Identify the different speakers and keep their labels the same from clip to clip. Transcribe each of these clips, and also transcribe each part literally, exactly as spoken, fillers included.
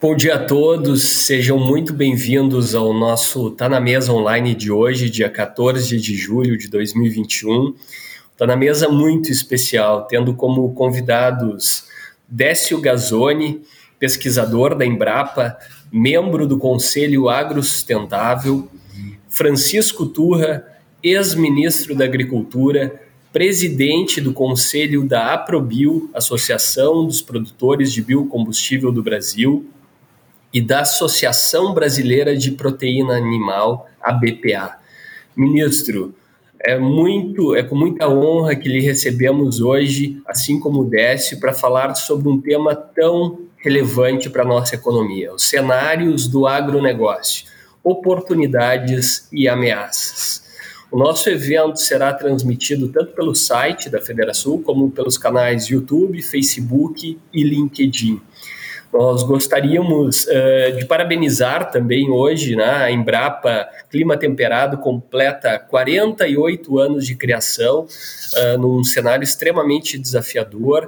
Speaker 1: Bom dia a todos, sejam muito bem-vindos ao nosso Tá na Mesa Online de hoje, dia quatorze de julho de dois mil e vinte e um. Tá na Mesa muito especial, tendo como convidados Décio Gazzoni, pesquisador da Embrapa, membro do Conselho Agrosustentável, Francisco Turra, ex-ministro da Agricultura, presidente do Conselho da APROBIO, Associação dos Produtores de Biocombustível do Brasil, e da Associação Brasileira de Proteína Animal, A B P A. Ministro, é, muito, é com muita honra que lhe recebemos hoje, assim como o Décio, para falar sobre um tema tão relevante para a nossa economia, os cenários do agronegócio, oportunidades e ameaças. O nosso evento será transmitido tanto pelo site da Federação como pelos canais YouTube, Facebook e LinkedIn. Nós gostaríamos uh, de parabenizar também hoje, né, a Embrapa Clima Temperado completa quarenta e oito anos de criação, uh, num cenário extremamente desafiador,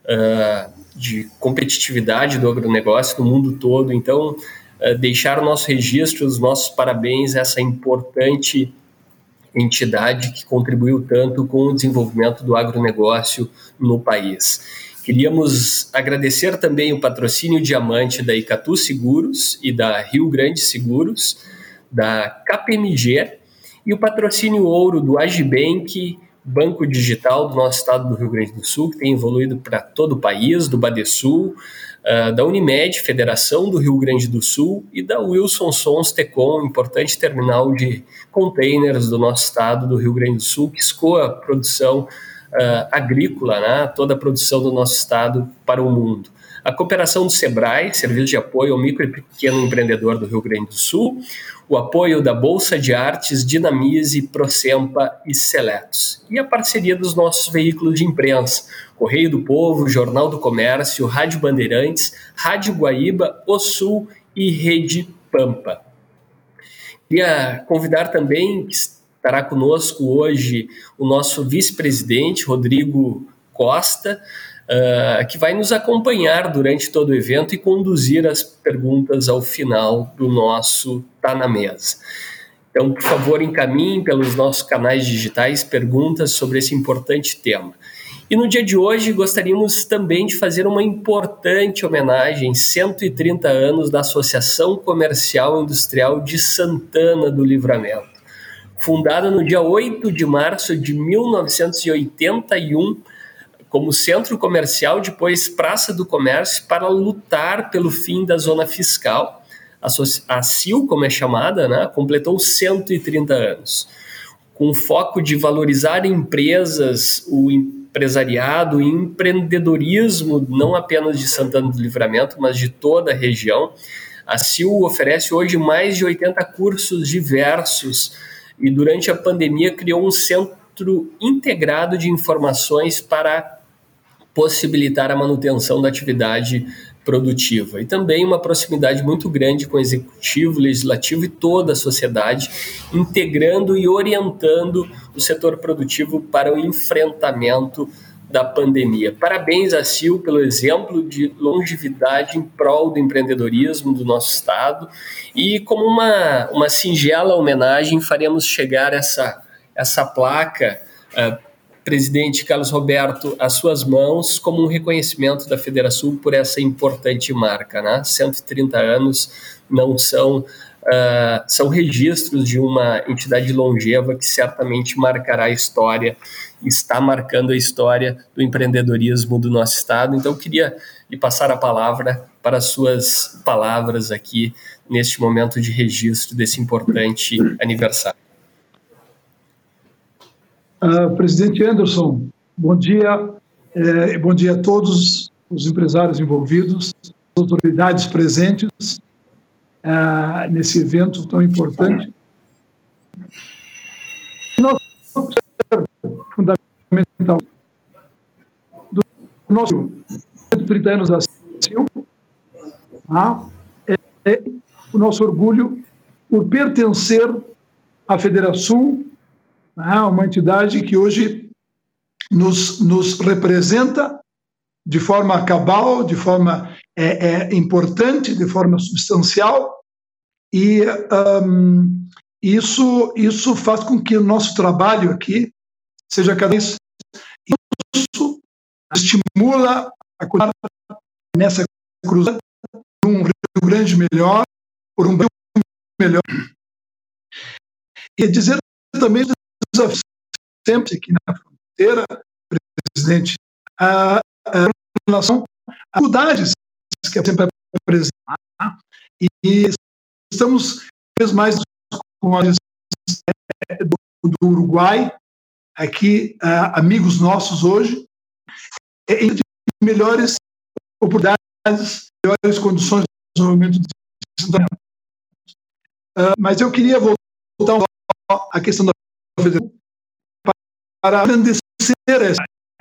Speaker 1: uh, de competitividade do agronegócio no mundo todo. Então, uh, deixar o nosso registro, os nossos parabéns a essa importante entidade que contribuiu tanto com o desenvolvimento do agronegócio no país. Queríamos agradecer também o patrocínio diamante da Icatu Seguros e da Rio Grande Seguros, da K P M G, e o patrocínio ouro do Agibank, banco digital do nosso estado do Rio Grande do Sul, que tem evoluído para todo o país, do Badesul, uh, da Unimed, Federação do Rio Grande do Sul, e da Wilson Sons Tecom, importante terminal de containers do nosso estado do Rio Grande do Sul, que escoa a produção Uh, agrícola, né? Toda a produção do nosso estado para o mundo. A cooperação do SEBRAE, Serviço de Apoio ao Micro e Pequeno Empreendedor do Rio Grande do Sul, o apoio da Bolsa de Artes, Dinamize, Procempa e Seletos. E a parceria dos nossos veículos de imprensa, Correio do Povo, Jornal do Comércio, Rádio Bandeirantes, Rádio Guaíba, O Sul e Rede Pampa. Queria convidar também que estará conosco hoje o nosso vice-presidente, Rodrigo Costa, uh, que vai nos acompanhar durante todo o evento e conduzir as perguntas ao final do nosso Tá na Mesa. Então, por favor, encaminhem pelos nossos canais digitais perguntas sobre esse importante tema. E no dia de hoje, gostaríamos também de fazer uma importante homenagem, cento e trinta anos da Associação Comercial e Industrial de Santana do Livramento. Fundada no dia oito de março de mil novecentos e oitenta e um, como centro comercial, depois Praça do Comércio, para lutar pelo fim da zona fiscal. A C I L, como é chamada, né, completou cento e trinta anos. Com foco de valorizar empresas, o empresariado e empreendedorismo, não apenas de Santana do Livramento, mas de toda a região, a C I L oferece hoje mais de oitenta cursos diversos e durante a pandemia criou um centro integrado de informações para possibilitar a manutenção da atividade produtiva. E também uma proximidade muito grande com o executivo, legislativo e toda a sociedade, integrando e orientando o setor produtivo para o enfrentamento da pandemia. Parabéns à C I L pelo exemplo de longevidade em prol do empreendedorismo do nosso estado, e como uma, uma singela homenagem faremos chegar essa, essa placa, uh, presidente Carlos Roberto, às suas mãos, como um reconhecimento da Federação por essa importante marca, né? cento e trinta anos não são, uh, são registros de uma entidade longeva que certamente marcará a história, está marcando a história do empreendedorismo do nosso estado. Então, eu queria lhe passar a palavra para as suas palavras aqui, neste momento de registro desse importante aniversário.
Speaker 2: Uh, presidente Anderson, bom dia, eh, bom dia a todos os empresários envolvidos, as autoridades presentes uh, nesse evento tão importante. Nosso fundamental do nosso cento e trinta anos da C I L ah, é, é o nosso orgulho por pertencer à Federação, uma entidade que hoje nos, nos representa de forma cabal, de forma é, é, importante, de forma substancial, e um, isso, isso faz com que o nosso trabalho aqui seja cada vez isso estimula a continuar nessa cruzada por um Rio Grande melhor, por um Brasil melhor. E dizer também desafios sempre aqui na fronteira, presidente, a, a relação às dificuldades que é sempre apresentar, e estamos cada vez mais com a do, do Uruguai, aqui, uh, amigos nossos hoje, em melhores oportunidades, melhores condições de desenvolvimento de desenvolvimento. Uh, mas eu queria voltar à questão da federação para engrandecer essa.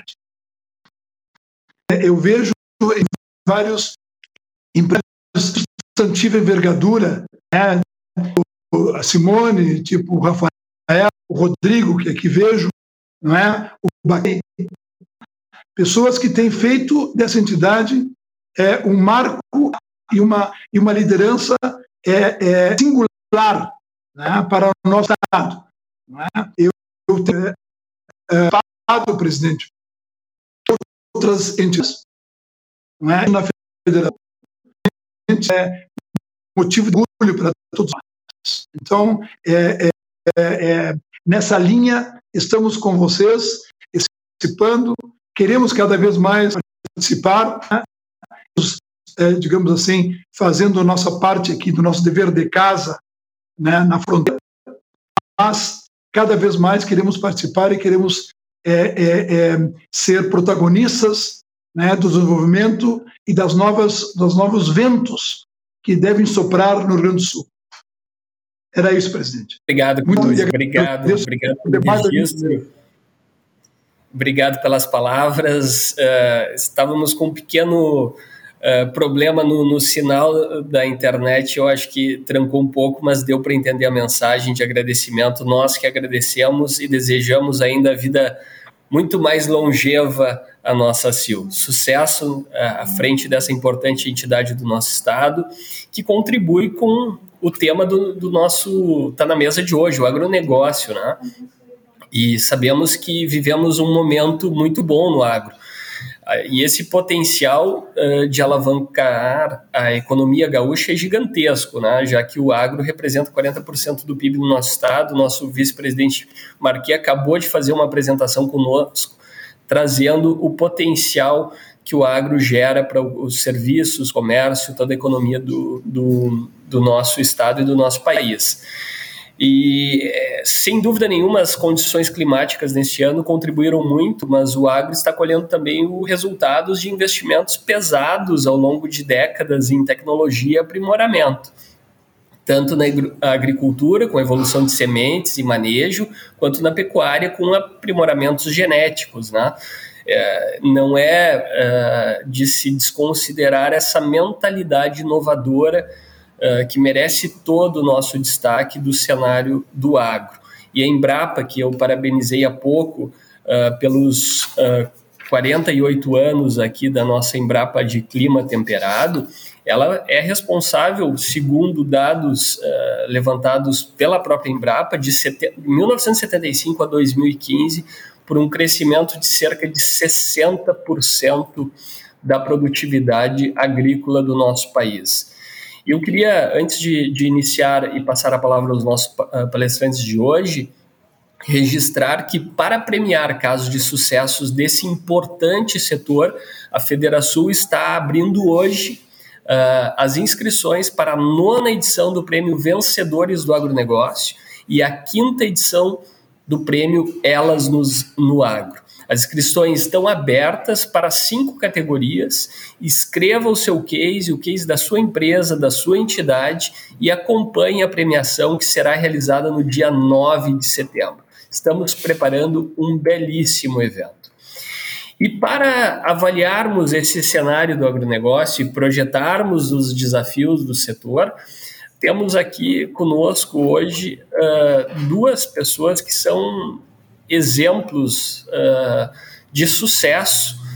Speaker 2: Eu vejo em vários empresas de substantiva envergadura, né, a Simone, tipo o Rafael, o Rodrigo, que aqui vejo, não é? O Baquei, pessoas que têm feito dessa entidade é, um marco e uma, e uma liderança é, é, singular, né, para o nosso Estado. Não é? Eu, eu tenho é, falado, presidente, outras entidades, não é? Na federação, é motivo de orgulho para todos nós. Então, é, é, é, nessa linha, estamos com vocês, participando, queremos cada vez mais participar, né? é, digamos assim, fazendo a nossa parte aqui do nosso dever de casa, né, na fronteira, mas cada vez mais queremos participar e queremos é, é, é, ser protagonistas, né, do desenvolvimento e das novas, dos novos ventos que devem soprar no Rio Grande do Sul. Era isso, presidente.
Speaker 1: Obrigado, muito obrigado, obrigado pelo registro. Obrigado pelas palavras. Uh, estávamos com um pequeno uh, problema no, no sinal da internet, eu acho que trancou um pouco, mas deu para entender a mensagem de agradecimento. Nós que agradecemos e desejamos ainda a vida muito mais longeva a nossa C I L. Sucesso uh, à frente dessa importante entidade do nosso Estado, que contribui com o tema do, do nosso Tá na Mesa de hoje, o agronegócio, né? E sabemos que vivemos um momento muito bom no agro. E esse potencial uh, de alavancar a economia gaúcha é gigantesco, né? Já que o agro representa quarenta por cento do P I B no nosso estado. Nosso vice-presidente Marquet acabou de fazer uma apresentação conosco, trazendo o potencial que o agro gera para os serviços, comércio, toda a economia do, do, do nosso estado e do nosso país. E, sem dúvida nenhuma, as condições climáticas neste ano contribuíram muito, mas o agro está colhendo também os resultados de investimentos pesados ao longo de décadas em tecnologia e aprimoramento, tanto na agricultura, com a evolução de sementes e manejo, quanto na pecuária, com aprimoramentos genéticos, né? É, não é, é de se desconsiderar essa mentalidade inovadora Uh, que merece todo o nosso destaque do cenário do agro. E a Embrapa, que eu parabenizei há pouco uh, pelos uh, quarenta e oito anos aqui da nossa Embrapa de clima temperado, ela é responsável, segundo dados uh, levantados pela própria Embrapa, de mil novecentos e setenta e cinco a dois mil e quinze, por um crescimento de cerca de sessenta por cento da produtividade agrícola do nosso país. Eu queria, antes de, de iniciar e passar a palavra aos nossos palestrantes de hoje, registrar que, para premiar casos de sucessos desse importante setor, a Federação está abrindo hoje uh, as inscrições para a nona edição do Prêmio Vencedores do Agronegócio e a quinta edição do Prêmio Elas nos, no Agro. As inscrições estão abertas para cinco categorias. Escreva o seu case, o case da sua empresa, da sua entidade e acompanhe a premiação que será realizada no dia nove de setembro. Estamos preparando um belíssimo evento. E para avaliarmos esse cenário do agronegócio e projetarmos os desafios do setor, temos aqui conosco hoje uh, duas pessoas que são exemplos uh, de sucesso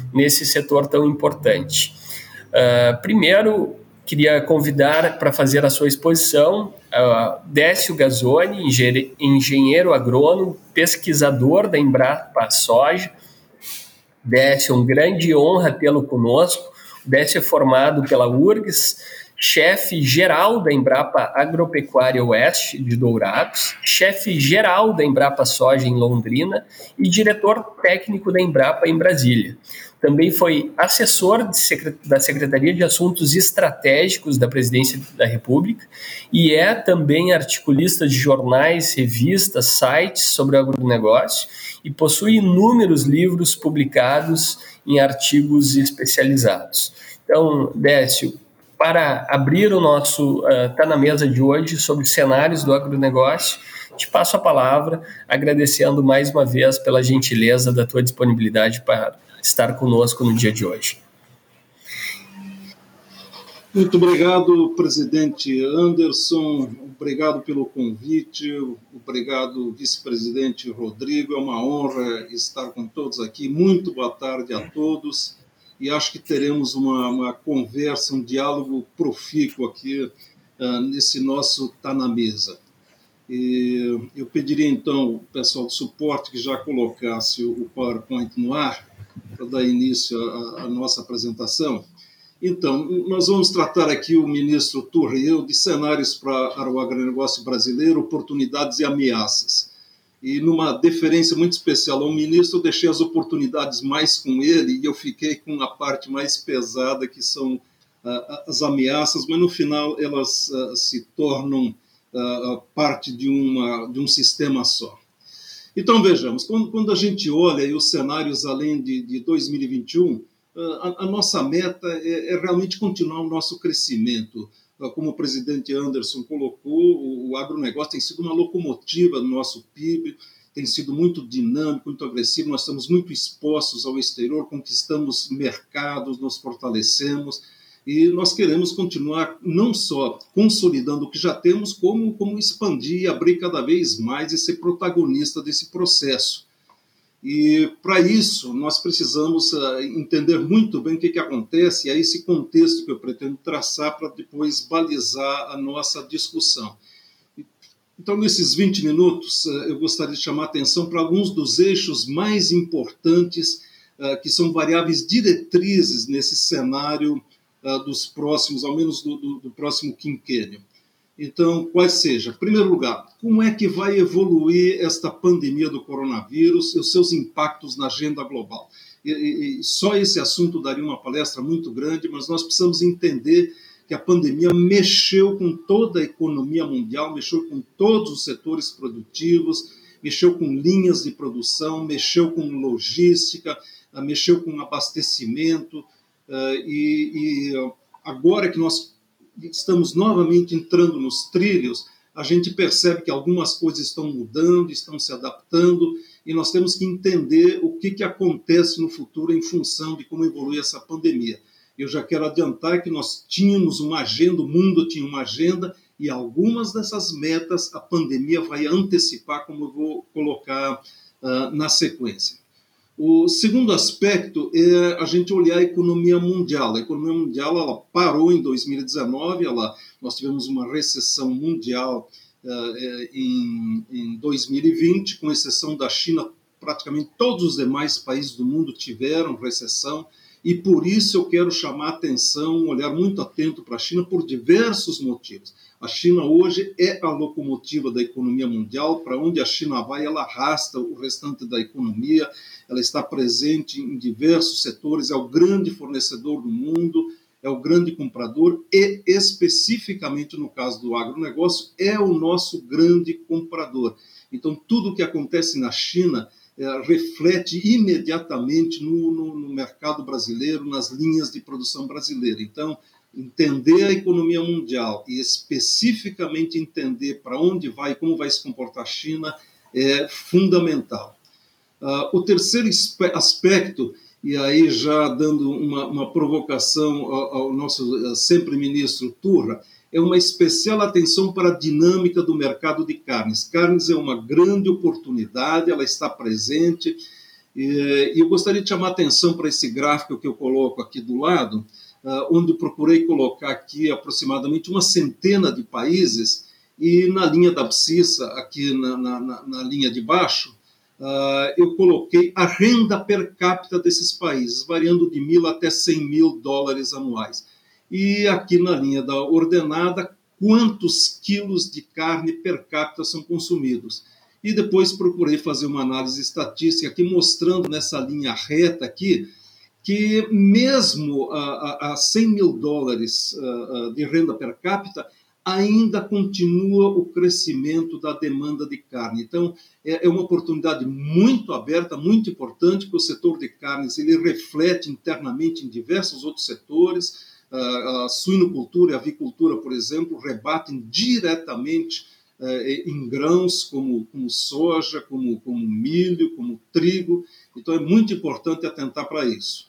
Speaker 1: nesse setor tão importante. Uh, primeiro, queria convidar para fazer a sua exposição uh, Décio Gazzoni, engenheiro agrônomo, pesquisador da Embrapa Soja. Décio, uma grande honra tê-lo conosco. O Décio é formado pela U R G S, chefe geral da Embrapa Agropecuária Oeste de Dourados, chefe geral da Embrapa Soja em Londrina e diretor técnico da Embrapa em Brasília. Também foi assessor de secret... da Secretaria de Assuntos Estratégicos da Presidência da República e é também articulista de jornais, revistas, sites sobre o agronegócio e possui inúmeros livros publicados em artigos especializados. Então, Décio, para abrir o nosso uh, Tá na Mesa de hoje sobre cenários do agronegócio, te passo a palavra, agradecendo mais uma vez pela gentileza da tua disponibilidade para estar conosco no dia de hoje.
Speaker 3: Muito obrigado, presidente Anderson, obrigado pelo convite, obrigado, vice-presidente Rodrigo, é uma honra estar com todos aqui, muito boa tarde a todos. E acho que teremos uma, uma conversa, um diálogo profícuo aqui uh, nesse nosso Tá na Mesa. E eu pediria, então, o pessoal do suporte que já colocasse o PowerPoint no ar, para dar início à, à nossa apresentação. Então, nós vamos tratar aqui, o ministro Turra e eu, de cenários para o agronegócio brasileiro, oportunidades e ameaças. E numa deferência muito especial ao ministro, eu deixei as oportunidades mais com ele e eu fiquei com a parte mais pesada, que são uh, as ameaças, mas no final elas uh, se tornam uh, parte de, uma, de um sistema só. Então, vejamos, quando, quando a gente olha aí os cenários além de, de dois mil e vinte e um, uh, a, a nossa meta é, é realmente continuar o nosso crescimento. Como o presidente Anderson colocou, o agronegócio tem sido uma locomotiva do nosso P I B, tem sido muito dinâmico, muito agressivo, nós estamos muito expostos ao exterior, conquistamos mercados, nos fortalecemos, e nós queremos continuar não só consolidando o que já temos, como, como expandir e abrir cada vez mais e ser protagonista desse processo. E, para isso, nós precisamos uh, entender muito bem o que, que acontece, e é esse contexto que eu pretendo traçar para depois balizar a nossa discussão. Então, nesses vinte minutos, uh, eu gostaria de chamar a atenção para alguns dos eixos mais importantes, uh, que são variáveis diretrizes nesse cenário uh, dos próximos, ao menos do, do, do próximo quinquênio. Então, quais seja? Em primeiro lugar, como é que vai evoluir esta pandemia do coronavírus e os seus impactos na agenda global? E, e, e só esse assunto daria uma palestra muito grande, mas nós precisamos entender que a pandemia mexeu com toda a economia mundial, mexeu com todos os setores produtivos, mexeu com linhas de produção, mexeu com logística, mexeu com abastecimento, e, e agora que nós estamos novamente entrando nos trilhos, a gente percebe que algumas coisas estão mudando, estão se adaptando, e nós temos que entender o que, que acontece no futuro em função de como evolui essa pandemia. Eu já quero adiantar que nós tínhamos uma agenda, o mundo tinha uma agenda, e algumas dessas metas a pandemia vai antecipar, como eu vou colocar uh, na sequência. O segundo aspecto é a gente olhar a economia mundial. A economia mundial ela parou em dois mil e dezenove, ela, nós tivemos uma recessão mundial uh, em, em dois mil e vinte, com exceção da China, praticamente todos os demais países do mundo tiveram recessão, e por isso eu quero chamar a atenção, um olhar muito atento para a China por diversos motivos. A China hoje é a locomotiva da economia mundial, para onde a China vai, ela arrasta o restante da economia, ela está presente em diversos setores, é o grande fornecedor do mundo, é o grande comprador e, especificamente no caso do agronegócio, é o nosso grande comprador. Então, tudo o que acontece na China é, reflete imediatamente no, no, no mercado brasileiro, nas linhas de produção brasileira. Então, entender a economia mundial e especificamente entender para onde vai, como vai se comportar a China, é fundamental. Uh, o terceiro aspecto, e aí já dando uma, uma provocação ao, ao nosso uh, sempre ministro Turra, é uma especial atenção para a dinâmica do mercado de carnes. Carnes é uma grande oportunidade, ela está presente, E eu gostaria de chamar a atenção para esse gráfico que eu coloco aqui do lado, onde eu procurei colocar aqui aproximadamente uma centena de países, e na linha da abscissa, aqui na, na, na linha de baixo, eu coloquei a renda per capita desses países, variando de mil até cem mil dólares anuais. E aqui na linha da ordenada, quantos quilos de carne per capita são consumidos. E depois procurei fazer uma análise estatística aqui, mostrando nessa linha reta aqui, que mesmo a, a cem mil dólares de renda per capita, ainda continua o crescimento da demanda de carne. Então, é uma oportunidade muito aberta, muito importante, porque o setor de carnes ele reflete internamente em diversos outros setores. A suinocultura e a avicultura, por exemplo, rebatem diretamente em grãos como, como soja, como, como milho, como trigo. Então, é muito importante atentar para isso.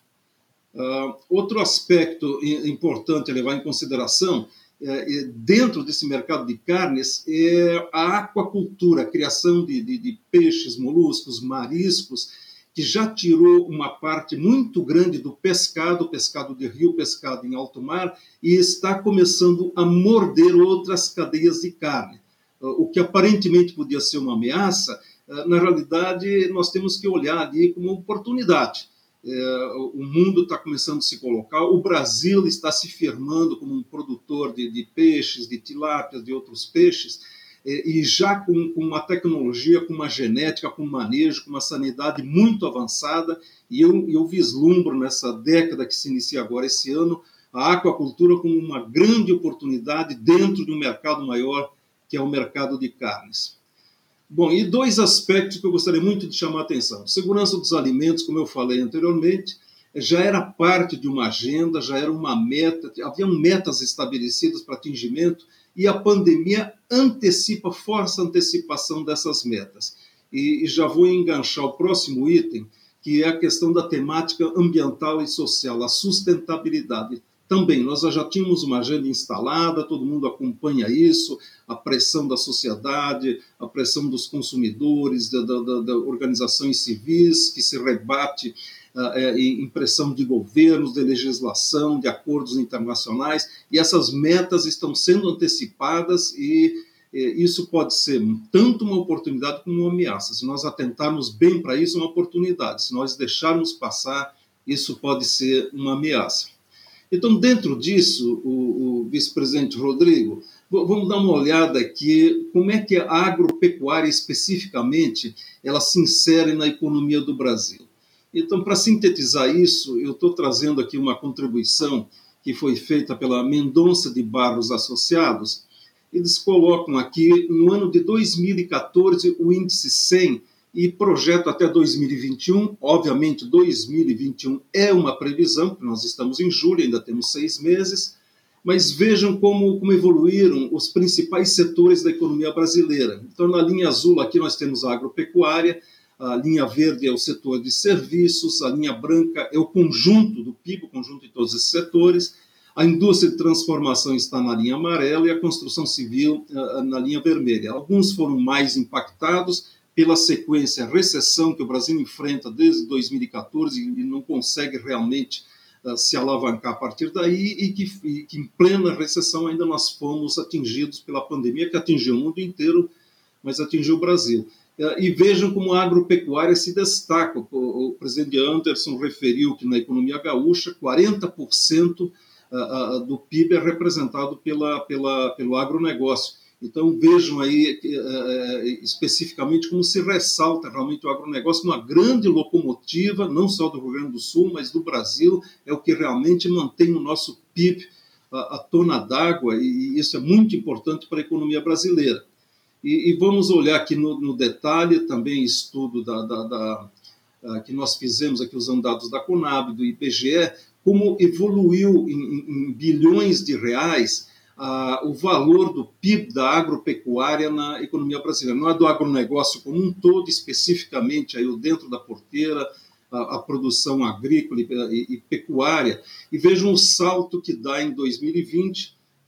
Speaker 3: Uh, outro aspecto importante a levar em consideração, é, dentro desse mercado de carnes, é a aquacultura, a criação de, de, de peixes, moluscos, mariscos, que já tirou uma parte muito grande do pescado, pescado de rio, pescado em alto mar, e está começando a morder outras cadeias de carne. Uh, o que aparentemente podia ser uma ameaça, uh, na realidade nós temos que olhar ali como uma oportunidade. É, o mundo está começando a se colocar, o Brasil está se firmando como um produtor de, de peixes, de tilápias, de outros peixes, é, e já com, com uma tecnologia, com uma genética, com um manejo, com uma sanidade muito avançada, e eu, eu vislumbro nessa década que se inicia agora, esse ano, a aquacultura como uma grande oportunidade dentro de um mercado maior, que é o mercado de carnes. Bom, e dois aspectos que eu gostaria muito de chamar a atenção. Segurança dos alimentos, como eu falei anteriormente, já era parte de uma agenda, já era uma meta, havia metas estabelecidas para atingimento, e a pandemia antecipa, força a antecipação dessas metas. E, e já vou enganchar o próximo item, que é a questão da temática ambiental e social, a sustentabilidade. Também, nós já tínhamos uma agenda instalada, todo mundo acompanha isso, a pressão da sociedade, a pressão dos consumidores, da, da, da organizações civis, que se rebate uh, em pressão de governos, de legislação, de acordos internacionais, e essas metas estão sendo antecipadas e isso pode ser tanto uma oportunidade como uma ameaça. Se nós atentarmos bem para isso, é uma oportunidade. Se nós deixarmos passar, isso pode ser uma ameaça. Então, dentro disso, o, o vice-presidente Rodrigo, vamos dar uma olhada aqui como é que a agropecuária especificamente ela se insere na economia do Brasil. Então, para sintetizar isso, eu estou trazendo aqui uma contribuição que foi feita pela Mendonça de Barros Associados. Eles colocam aqui, no ano de dois mil e quatorze, o índice cem, e projeto até dois mil e vinte e um, obviamente dois mil e vinte e um é uma previsão, porque nós estamos em julho, ainda temos seis meses, mas vejam como, como evoluíram os principais setores da economia brasileira. Então, na linha azul aqui nós temos a agropecuária, a linha verde é o setor de serviços, a linha branca é o conjunto do P I B, o conjunto de todos esses setores, a indústria de transformação está na linha amarela e a construção civil na linha vermelha. Alguns foram mais impactados pela sequência, a recessão que o Brasil enfrenta desde dois mil e quatorze e não consegue realmente uh, se alavancar a partir daí, e que, e que em plena recessão ainda nós fomos atingidos pela pandemia, que atingiu o mundo inteiro, mas atingiu o Brasil. Uh, e vejam como a agropecuária se destaca. O, o presidente Anderson referiu que na economia gaúcha, quarenta por cento uh, uh, do P I B é representado pela, pela, pelo agronegócio. Então, vejam aí uh, especificamente como se ressalta realmente o agronegócio, uma grande locomotiva, não só do Rio Grande do Sul, mas do Brasil, é o que realmente mantém o nosso P I B a, a tona d'água, e isso é muito importante para a economia brasileira. E, e vamos olhar aqui no, no detalhe, também estudo da, da, da, uh, que nós fizemos aqui usando dados da Conab, do I B G E, como evoluiu em, em, em bilhões de reais Uh, o valor do P I B da agropecuária na economia brasileira. Não é do agronegócio como um todo, especificamente aí dentro da porteira, a, a produção agrícola e, e, e pecuária. E vejam o salto que dá em dois mil e vinte,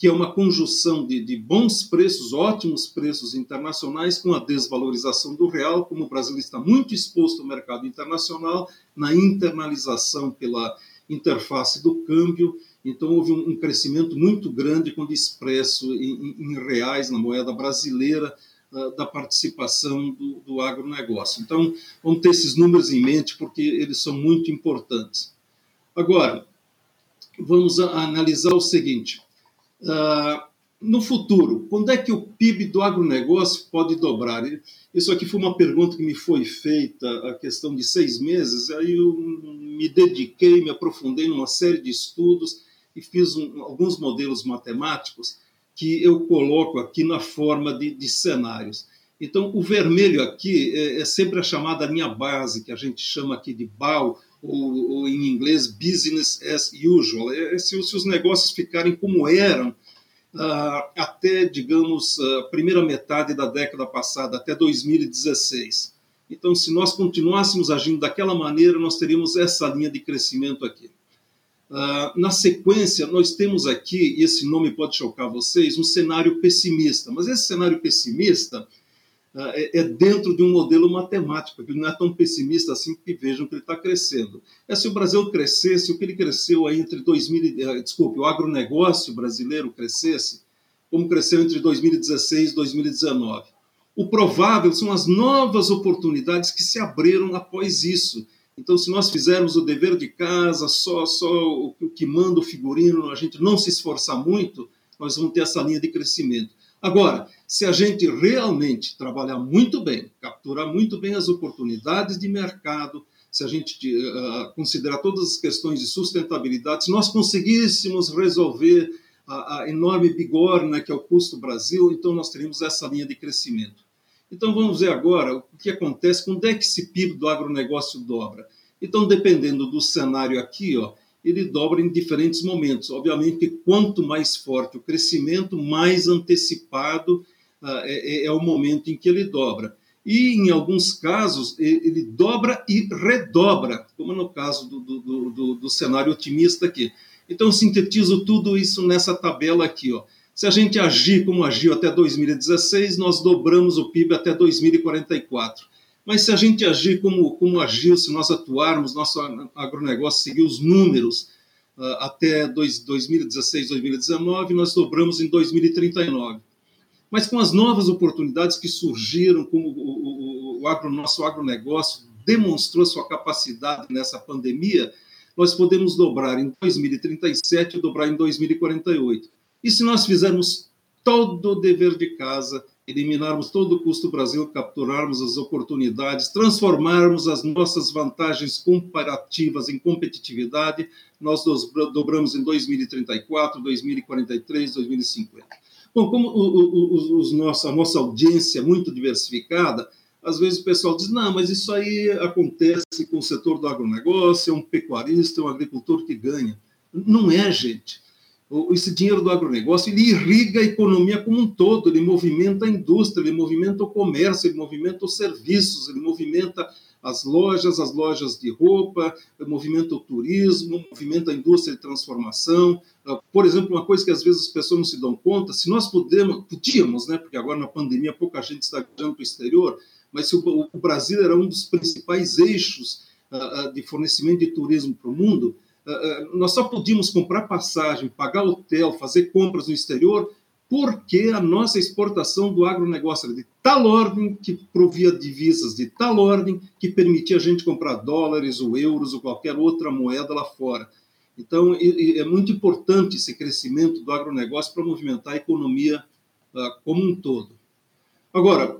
Speaker 3: que é uma conjunção de, de bons preços, ótimos preços internacionais, com a desvalorização do real, como o Brasil está muito exposto ao mercado internacional, na internalização pela interface do câmbio. Então, houve um, um crescimento muito grande, quando expresso em, em reais, na moeda brasileira, uh, da participação do, do agronegócio. Então, vamos ter esses números em mente, porque eles são muito importantes. Agora, vamos a, a analisar o seguinte. Uh, no futuro, quando é que o P I B do agronegócio pode dobrar? Isso aqui foi uma pergunta que me foi feita há questão de seis meses, aí eu me dediquei, me aprofundei numa série de estudos e fiz um, alguns modelos matemáticos que eu coloco aqui na forma de, de cenários. Então, o vermelho aqui é, é sempre a chamada linha base, que a gente chama aqui de B A U, ou, ou em inglês, business as usual. É, se, se os negócios ficarem como eram uh, até, digamos, a primeira metade da década passada, até dois mil e dezesseis. Então, se nós continuássemos agindo daquela maneira, nós teríamos essa linha de crescimento aqui. Uh, na sequência, nós temos aqui, e esse nome pode chocar vocês, um cenário pessimista. Mas esse cenário pessimista uh, é, é dentro de um modelo matemático, que ele não é tão pessimista assim, que vejam que ele está crescendo. É se o Brasil crescesse, o que ele cresceu aí entre dois mil, uh, desculpe, o agronegócio brasileiro crescesse, como cresceu entre dois mil e dezesseis e dois mil e dezenove. O provável são as novas oportunidades que se abriram após isso. Então, se nós fizermos o dever de casa, só, só o que manda o figurino, a gente não se esforçar muito, nós vamos ter essa linha de crescimento. Agora, se a gente realmente trabalhar muito bem, capturar muito bem as oportunidades de mercado, se a gente uh, considerar todas as questões de sustentabilidade, se nós conseguíssemos resolver a, a enorme bigorna que é o custo Brasil, então nós teríamos essa linha de crescimento. Então, vamos ver agora o que acontece, quando é que esse P I B do agronegócio dobra. Então, dependendo do cenário aqui, ó, ele dobra em diferentes momentos. Obviamente que quanto mais forte o crescimento, mais antecipado uh, é, é o momento em que ele dobra. E, em alguns casos, ele dobra e redobra, como no caso do, do, do, do cenário otimista aqui. Então, eu sintetizo tudo isso nessa tabela aqui, ó. Se a gente agir como agiu até dois mil e dezesseis, nós dobramos o P I B até dois mil e quarenta e quatro. Mas se a gente agir como, como agiu, se nós atuarmos, nosso agronegócio seguir os números uh, até dois mil e dezesseis, dois mil e dezenove, nós dobramos em dois mil e trinta e nove. Mas com as novas oportunidades que surgiram, como o, o, o agro, nosso agronegócio demonstrou sua capacidade nessa pandemia, nós podemos dobrar em dois mil e trinta e sete e dobrar em dois mil e quarenta e oito. E se nós fizermos todo o dever de casa, eliminarmos todo o custo Brasil, capturarmos as oportunidades, transformarmos as nossas vantagens comparativas em competitividade, nós dobramos em dois mil e trinta e quatro, dois mil e quarenta e três, dois mil e cinquenta. Bom, como o, o, os nossa, a nossa audiência é muito diversificada, às vezes o pessoal diz, não, mas isso aí acontece com o setor do agronegócio, é um pecuarista, é um agricultor que ganha. Não é, gente. Esse dinheiro do agronegócio, ele irriga a economia como um todo, ele movimenta a indústria, ele movimenta o comércio, ele movimenta os serviços, ele movimenta as lojas, as lojas de roupa, movimenta o turismo, movimenta a indústria de transformação. Por exemplo, uma coisa que às vezes as pessoas não se dão conta, se nós podemos, podíamos, né, porque agora na pandemia pouca gente está viajando para o exterior, mas se o, o Brasil era um dos principais eixos uh, de fornecimento de turismo para o mundo, Uh, nós só podíamos comprar passagem, pagar hotel, fazer compras no exterior, porque a nossa exportação do agronegócio era de tal ordem que provia divisas, de tal ordem que permitia a gente comprar dólares ou euros ou qualquer outra moeda lá fora. Então, é muito importante esse crescimento do agronegócio para movimentar a economia uh, como um todo. Agora,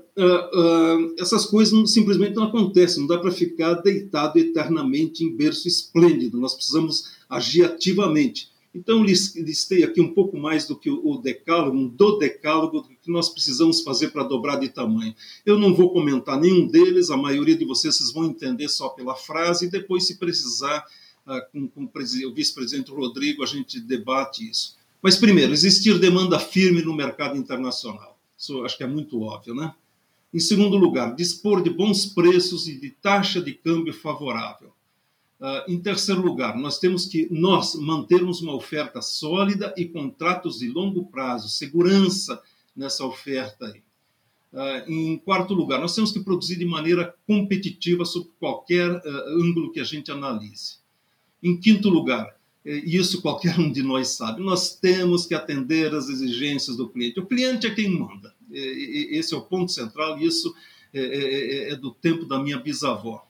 Speaker 3: uh, uh, essas coisas não, simplesmente não acontecem, não dá para ficar deitado eternamente em berço esplêndido, nós precisamos agir ativamente. Então, listei aqui um pouco mais do que o decálogo, um dodecálogo do que nós precisamos fazer para dobrar de tamanho. Eu não vou comentar nenhum deles, a maioria de vocês, vocês vão entender só pela frase, e depois, se precisar, uh, com, com o vice-presidente Rodrigo, a gente debate isso. Mas, primeiro, existir demanda firme no mercado internacional. Isso acho que é muito óbvio, né? Em segundo lugar, dispor de bons preços e de taxa de câmbio favorável. Uh, em terceiro lugar, nós temos que nós mantermos uma oferta sólida e contratos de longo prazo, segurança nessa oferta aí. Uh, em quarto lugar, nós temos que produzir de maneira competitiva sob qualquer uh, ângulo que a gente analise. Em quinto lugar, e isso qualquer um de nós sabe, nós temos que atender às exigências do cliente. O cliente é quem manda. Esse é o ponto central, e isso é, é, é do tempo da minha bisavó.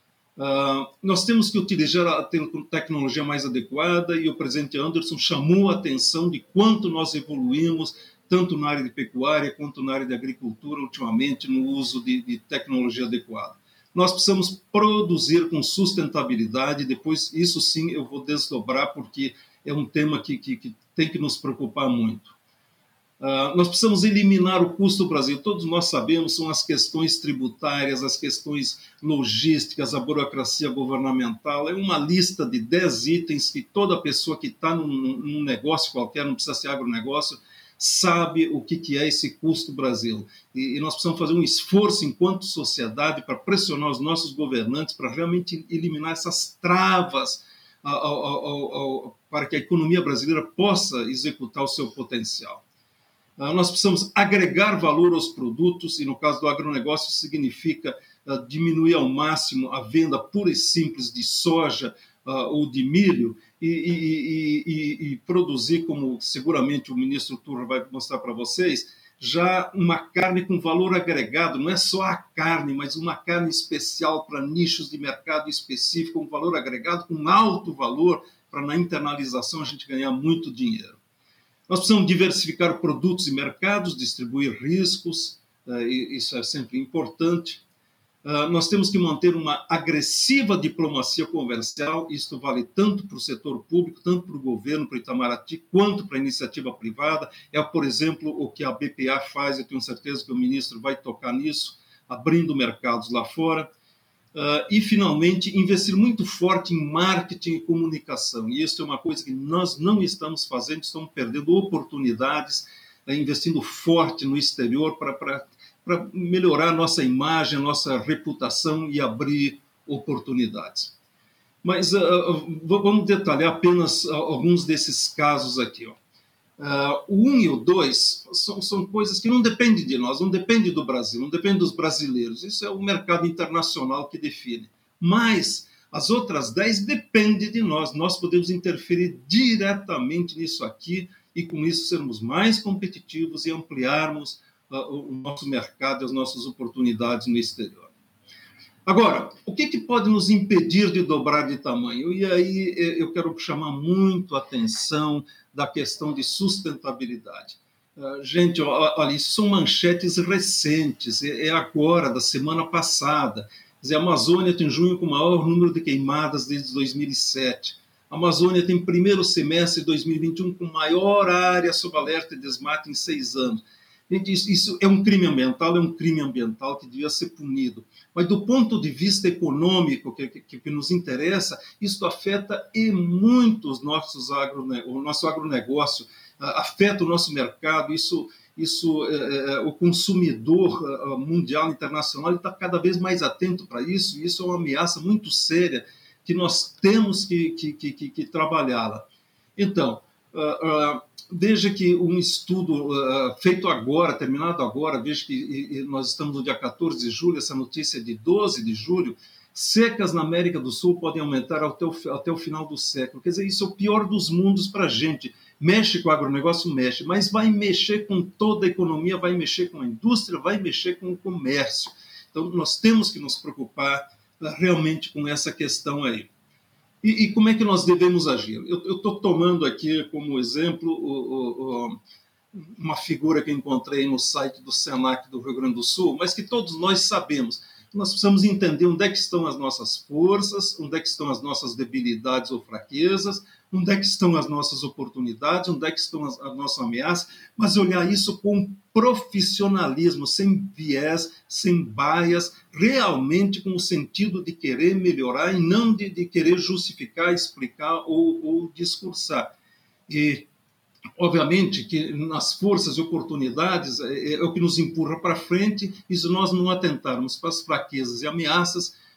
Speaker 3: Uh, nós temos que utilizar a tecnologia mais adequada, e o presidente Anderson chamou a atenção de quanto nós evoluímos, tanto na área de pecuária quanto na área de agricultura, ultimamente, no uso de, de tecnologia adequada. Nós precisamos produzir com sustentabilidade, depois isso sim eu vou desdobrar, porque é um tema que, que, que tem que nos preocupar muito. Uh, nós precisamos eliminar o custo do Brasil. Todos nós sabemos, são as questões tributárias, as questões logísticas, a burocracia governamental. É uma lista de dez itens que toda pessoa que está num, num negócio qualquer, não precisa ser agronegócio, sabe o que, que é esse custo Brasil. E, e nós precisamos fazer um esforço enquanto sociedade para pressionar os nossos governantes para realmente eliminar essas travas ao, ao, ao, ao, para que a economia brasileira possa executar o seu potencial. Uh, nós precisamos agregar valor aos produtos, e no caso do agronegócio significa uh, diminuir ao máximo a venda pura e simples de soja uh, ou de milho, e, e, e, e, e produzir, como seguramente o ministro Turra vai mostrar para vocês, já uma carne com valor agregado, não é só a carne, mas uma carne especial para nichos de mercado específico, um valor agregado com alto valor, para na internalização a gente ganhar muito dinheiro. Nós precisamos diversificar produtos e mercados, distribuir riscos, isso é sempre importante. Nós temos que manter uma agressiva diplomacia comercial, isto vale tanto para o setor público, tanto para o governo, para o Itamaraty, quanto para a iniciativa privada. É, por exemplo, o que a B P A faz, eu tenho certeza que o ministro vai tocar nisso, abrindo mercados lá fora. Uh, e, finalmente, investir muito forte em marketing e comunicação. E isso é uma coisa que nós não estamos fazendo, estamos perdendo oportunidades, uh, investindo forte no exterior para para melhorar a nossa imagem, a nossa reputação e abrir oportunidades. Mas uh, vamos detalhar apenas alguns desses casos aqui. Ó. Uh, o um e o dois são, são coisas que não dependem de nós, não dependem do Brasil, não dependem dos brasileiros. Isso é o mercado internacional que define. Mas as outras dez dependem de nós. Nós podemos interferir diretamente nisso aqui e, com isso, sermos mais competitivos e ampliarmos o nosso mercado e as nossas oportunidades no exterior. Agora, o que, que pode nos impedir de dobrar de tamanho? E aí eu quero chamar muito a atenção da questão de sustentabilidade. Uh, gente, olha, isso são manchetes recentes, é agora, da semana passada. Quer dizer, a Amazônia tem junho com o maior número de queimadas desde dois mil e sete. A Amazônia tem primeiro semestre de dois mil e vinte e um com maior área sob alerta de desmate em seis anos. Gente, isso, isso é um crime ambiental, é um crime ambiental que devia ser punido. Mas do ponto de vista econômico que, que, que nos interessa, isso afeta e muito os nossos agrone, o nosso agronegócio, afeta o nosso mercado, isso, isso é, é, o consumidor mundial, internacional, está cada vez mais atento para isso, e isso é uma ameaça muito séria que nós temos que, que, que, que, que trabalhá-la. Então, uh, uh, veja que um estudo uh, feito agora, terminado agora, veja que e, e nós estamos no dia quatorze de julho, essa notícia é de doze de julho, secas na América do Sul podem aumentar até o, até o final do século. Quer dizer, isso é o pior dos mundos para a gente. Mexe com o agronegócio, mexe, mas vai mexer com toda a economia, vai mexer com a indústria, vai mexer com o comércio. Então, nós temos que nos preocupar uh, realmente com essa questão aí. E, e como é que nós devemos agir? Eu estou tomando aqui como exemplo o, o, o, uma figura que encontrei no site do Senac do Rio Grande do Sul, mas que todos nós sabemos. Nós precisamos entender onde é que estão as nossas forças, onde é que estão as nossas debilidades ou fraquezas, onde é que estão as nossas oportunidades, onde é que estão as, a nossa ameaça, mas olhar isso com profissionalismo, sem viés, sem baias, realmente com o sentido de querer melhorar e não de, de querer justificar, explicar ou, ou discursar. E, obviamente, que nas forças e oportunidades é, é o que nos empurra para frente, e se nós não atentarmos para as fraquezas e ameaças,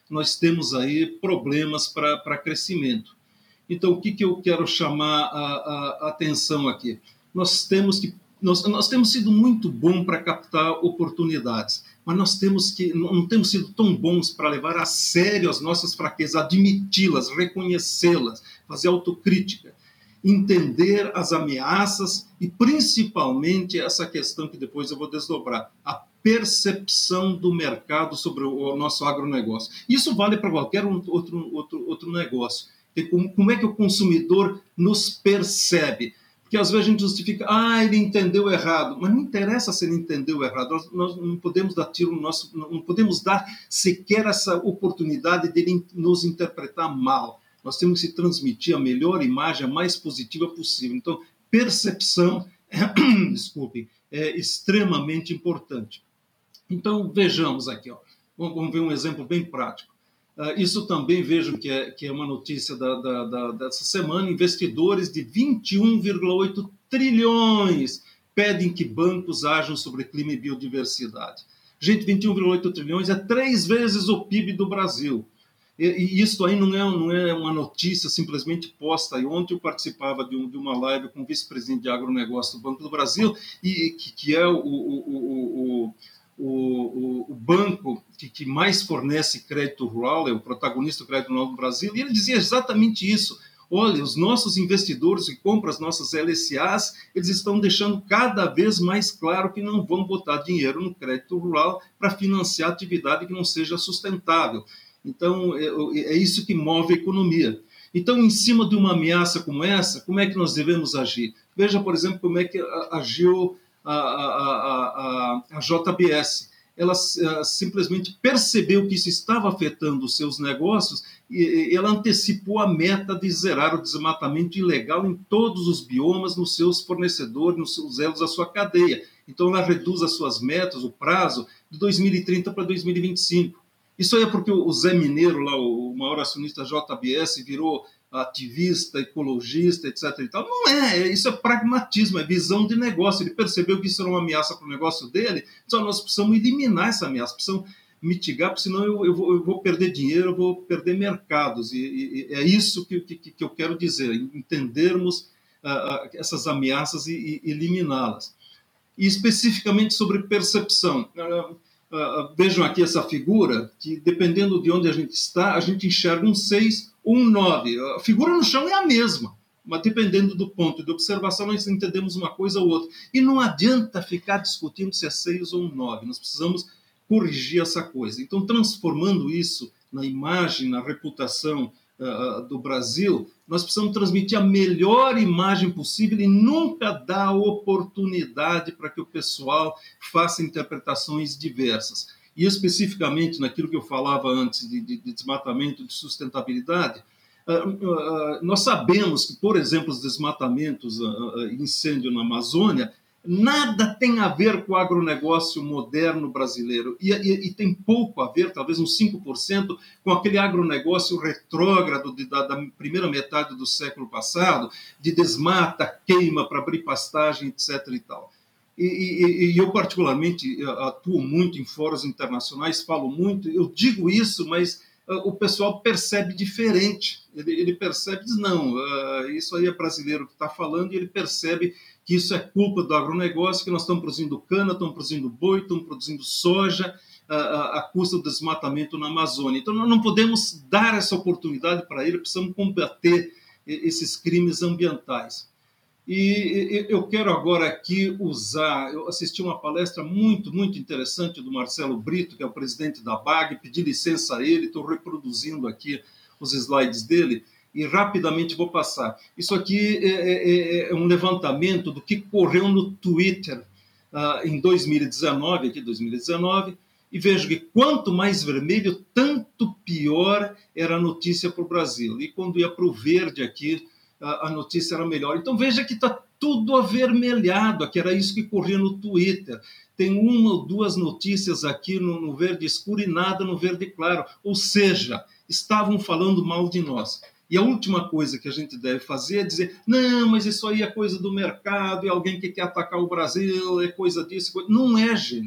Speaker 3: nós temos aí problemas para crescimento. Então, o que, que eu quero chamar a, a atenção aqui? Nós temos que Nós, nós temos sido muito bons para captar oportunidades, mas nós temos que, não temos sido tão bons para levar a sério as nossas fraquezas, admiti-las, reconhecê-las, fazer autocrítica, entender as ameaças e, principalmente, essa questão que depois eu vou desdobrar, a percepção do mercado sobre o nosso agronegócio. Isso vale para qualquer outro, outro, outro negócio. Como, como é que o consumidor nos percebe? Porque às vezes a gente justifica, ah, ele entendeu errado, mas não interessa se ele entendeu errado, nós, nós não podemos dar tiro no nosso, não podemos dar sequer essa oportunidade dele nos interpretar mal. Nós temos que transmitir a melhor imagem, a mais positiva possível. Então, percepção, desculpem, é extremamente importante. Então, vejamos aqui, ó, vamos ver um exemplo bem prático. Uh, isso também vejo que é, que é uma notícia da, da, da, dessa semana. Investidores de vinte e um vírgula oito trilhões pedem que bancos ajam sobre clima e biodiversidade. Gente, vinte e um vírgula oito trilhões é três vezes o P I B do Brasil. E, e isso aí não é, não é uma notícia simplesmente posta. E ontem eu participava de, um, de uma live com o vice-presidente de agronegócio do Banco do Brasil, e, que, que é o... o, o, o O, o, o banco que, que mais fornece crédito rural, é o protagonista do crédito rural do Brasil, e ele dizia exatamente isso. Olha, os nossos investidores que compram as nossas L C As, eles estão deixando cada vez mais claro que não vão botar dinheiro no crédito rural para financiar atividade que não seja sustentável. Então, é, é isso que move a economia. Então, em cima de uma ameaça como essa, como é que nós devemos agir? Veja, por exemplo, como é que agiu A, a, a, a J B S. Ela uh, simplesmente percebeu que isso estava afetando os seus negócios e, e ela antecipou a meta de zerar o desmatamento ilegal em todos os biomas, nos seus fornecedores, nos seus elos da sua cadeia. Então, ela reduz as suas metas, o prazo, de dois mil e trinta para dois mil e vinte e cinco. Isso aí é porque o Zé Mineiro, lá, o maior acionista da J B S, virou ativista, ecologista, etcétera e tal. Não é, isso é pragmatismo, é visão de negócio. Ele percebeu que isso era uma ameaça para o negócio dele, só nós precisamos eliminar essa ameaça, precisamos mitigar, porque senão eu, eu, vou, eu vou perder dinheiro, eu vou perder mercados. E, e é isso que, que, que eu quero dizer, entendermos uh, essas ameaças e, e eliminá-las. E especificamente sobre percepção. Uh, uh, vejam aqui essa figura, que dependendo de onde a gente está, a gente enxerga um seis ou um nove. A figura no chão é a mesma, mas dependendo do ponto de observação, nós entendemos uma coisa ou outra. E não adianta ficar discutindo se é seis ou um nove, nós precisamos corrigir essa coisa. Então, transformando isso na imagem, na reputação uh, do Brasil, nós precisamos transmitir a melhor imagem possível e nunca dar oportunidade para que o pessoal faça interpretações diversas. E especificamente naquilo que eu falava antes de, de, de desmatamento, de sustentabilidade, uh, uh, nós sabemos que, por exemplo, os desmatamentos, uh, uh, incêndio na Amazônia, nada tem a ver com o agronegócio moderno brasileiro. E, e, e tem pouco a ver, talvez uns cinco por cento, com aquele agronegócio retrógrado de, da, da primeira metade do século passado, de desmata, queima para abrir pastagem, etcétera e tal. E, e, e eu, particularmente, atuo muito em fóruns internacionais, falo muito, eu digo isso, mas uh, o pessoal percebe diferente. Ele, ele percebe, diz, não, uh, isso aí é brasileiro que está falando, e ele percebe que isso é culpa do agronegócio, que nós estamos produzindo cana, estamos produzindo boi, estamos produzindo soja, uh, à custa do desmatamento na Amazônia. Então, nós não podemos dar essa oportunidade para ele, precisamos combater esses crimes ambientais. E eu quero agora aqui usar, eu assisti uma palestra muito, muito interessante do Marcelo Brito, que é o presidente da B A G, pedi licença a ele, estou reproduzindo aqui os slides dele, e rapidamente vou passar. Isso aqui é, é, é um levantamento do que correu no Twitter uh, em dois mil e dezenove, aqui dois mil e dezenove, e vejo que quanto mais vermelho, tanto pior era a notícia para o Brasil. E quando ia para o verde aqui, a notícia era melhor. Então veja que está tudo avermelhado, que era isso que corria no Twitter. Tem uma ou duas notícias aqui no, no verde escuro e nada no verde claro. Ou seja, estavam falando mal de nós. E a última coisa que a gente deve fazer é dizer, não, mas isso aí é coisa do mercado, é alguém que quer atacar o Brasil, é coisa disso. Coisa... Não é, gente.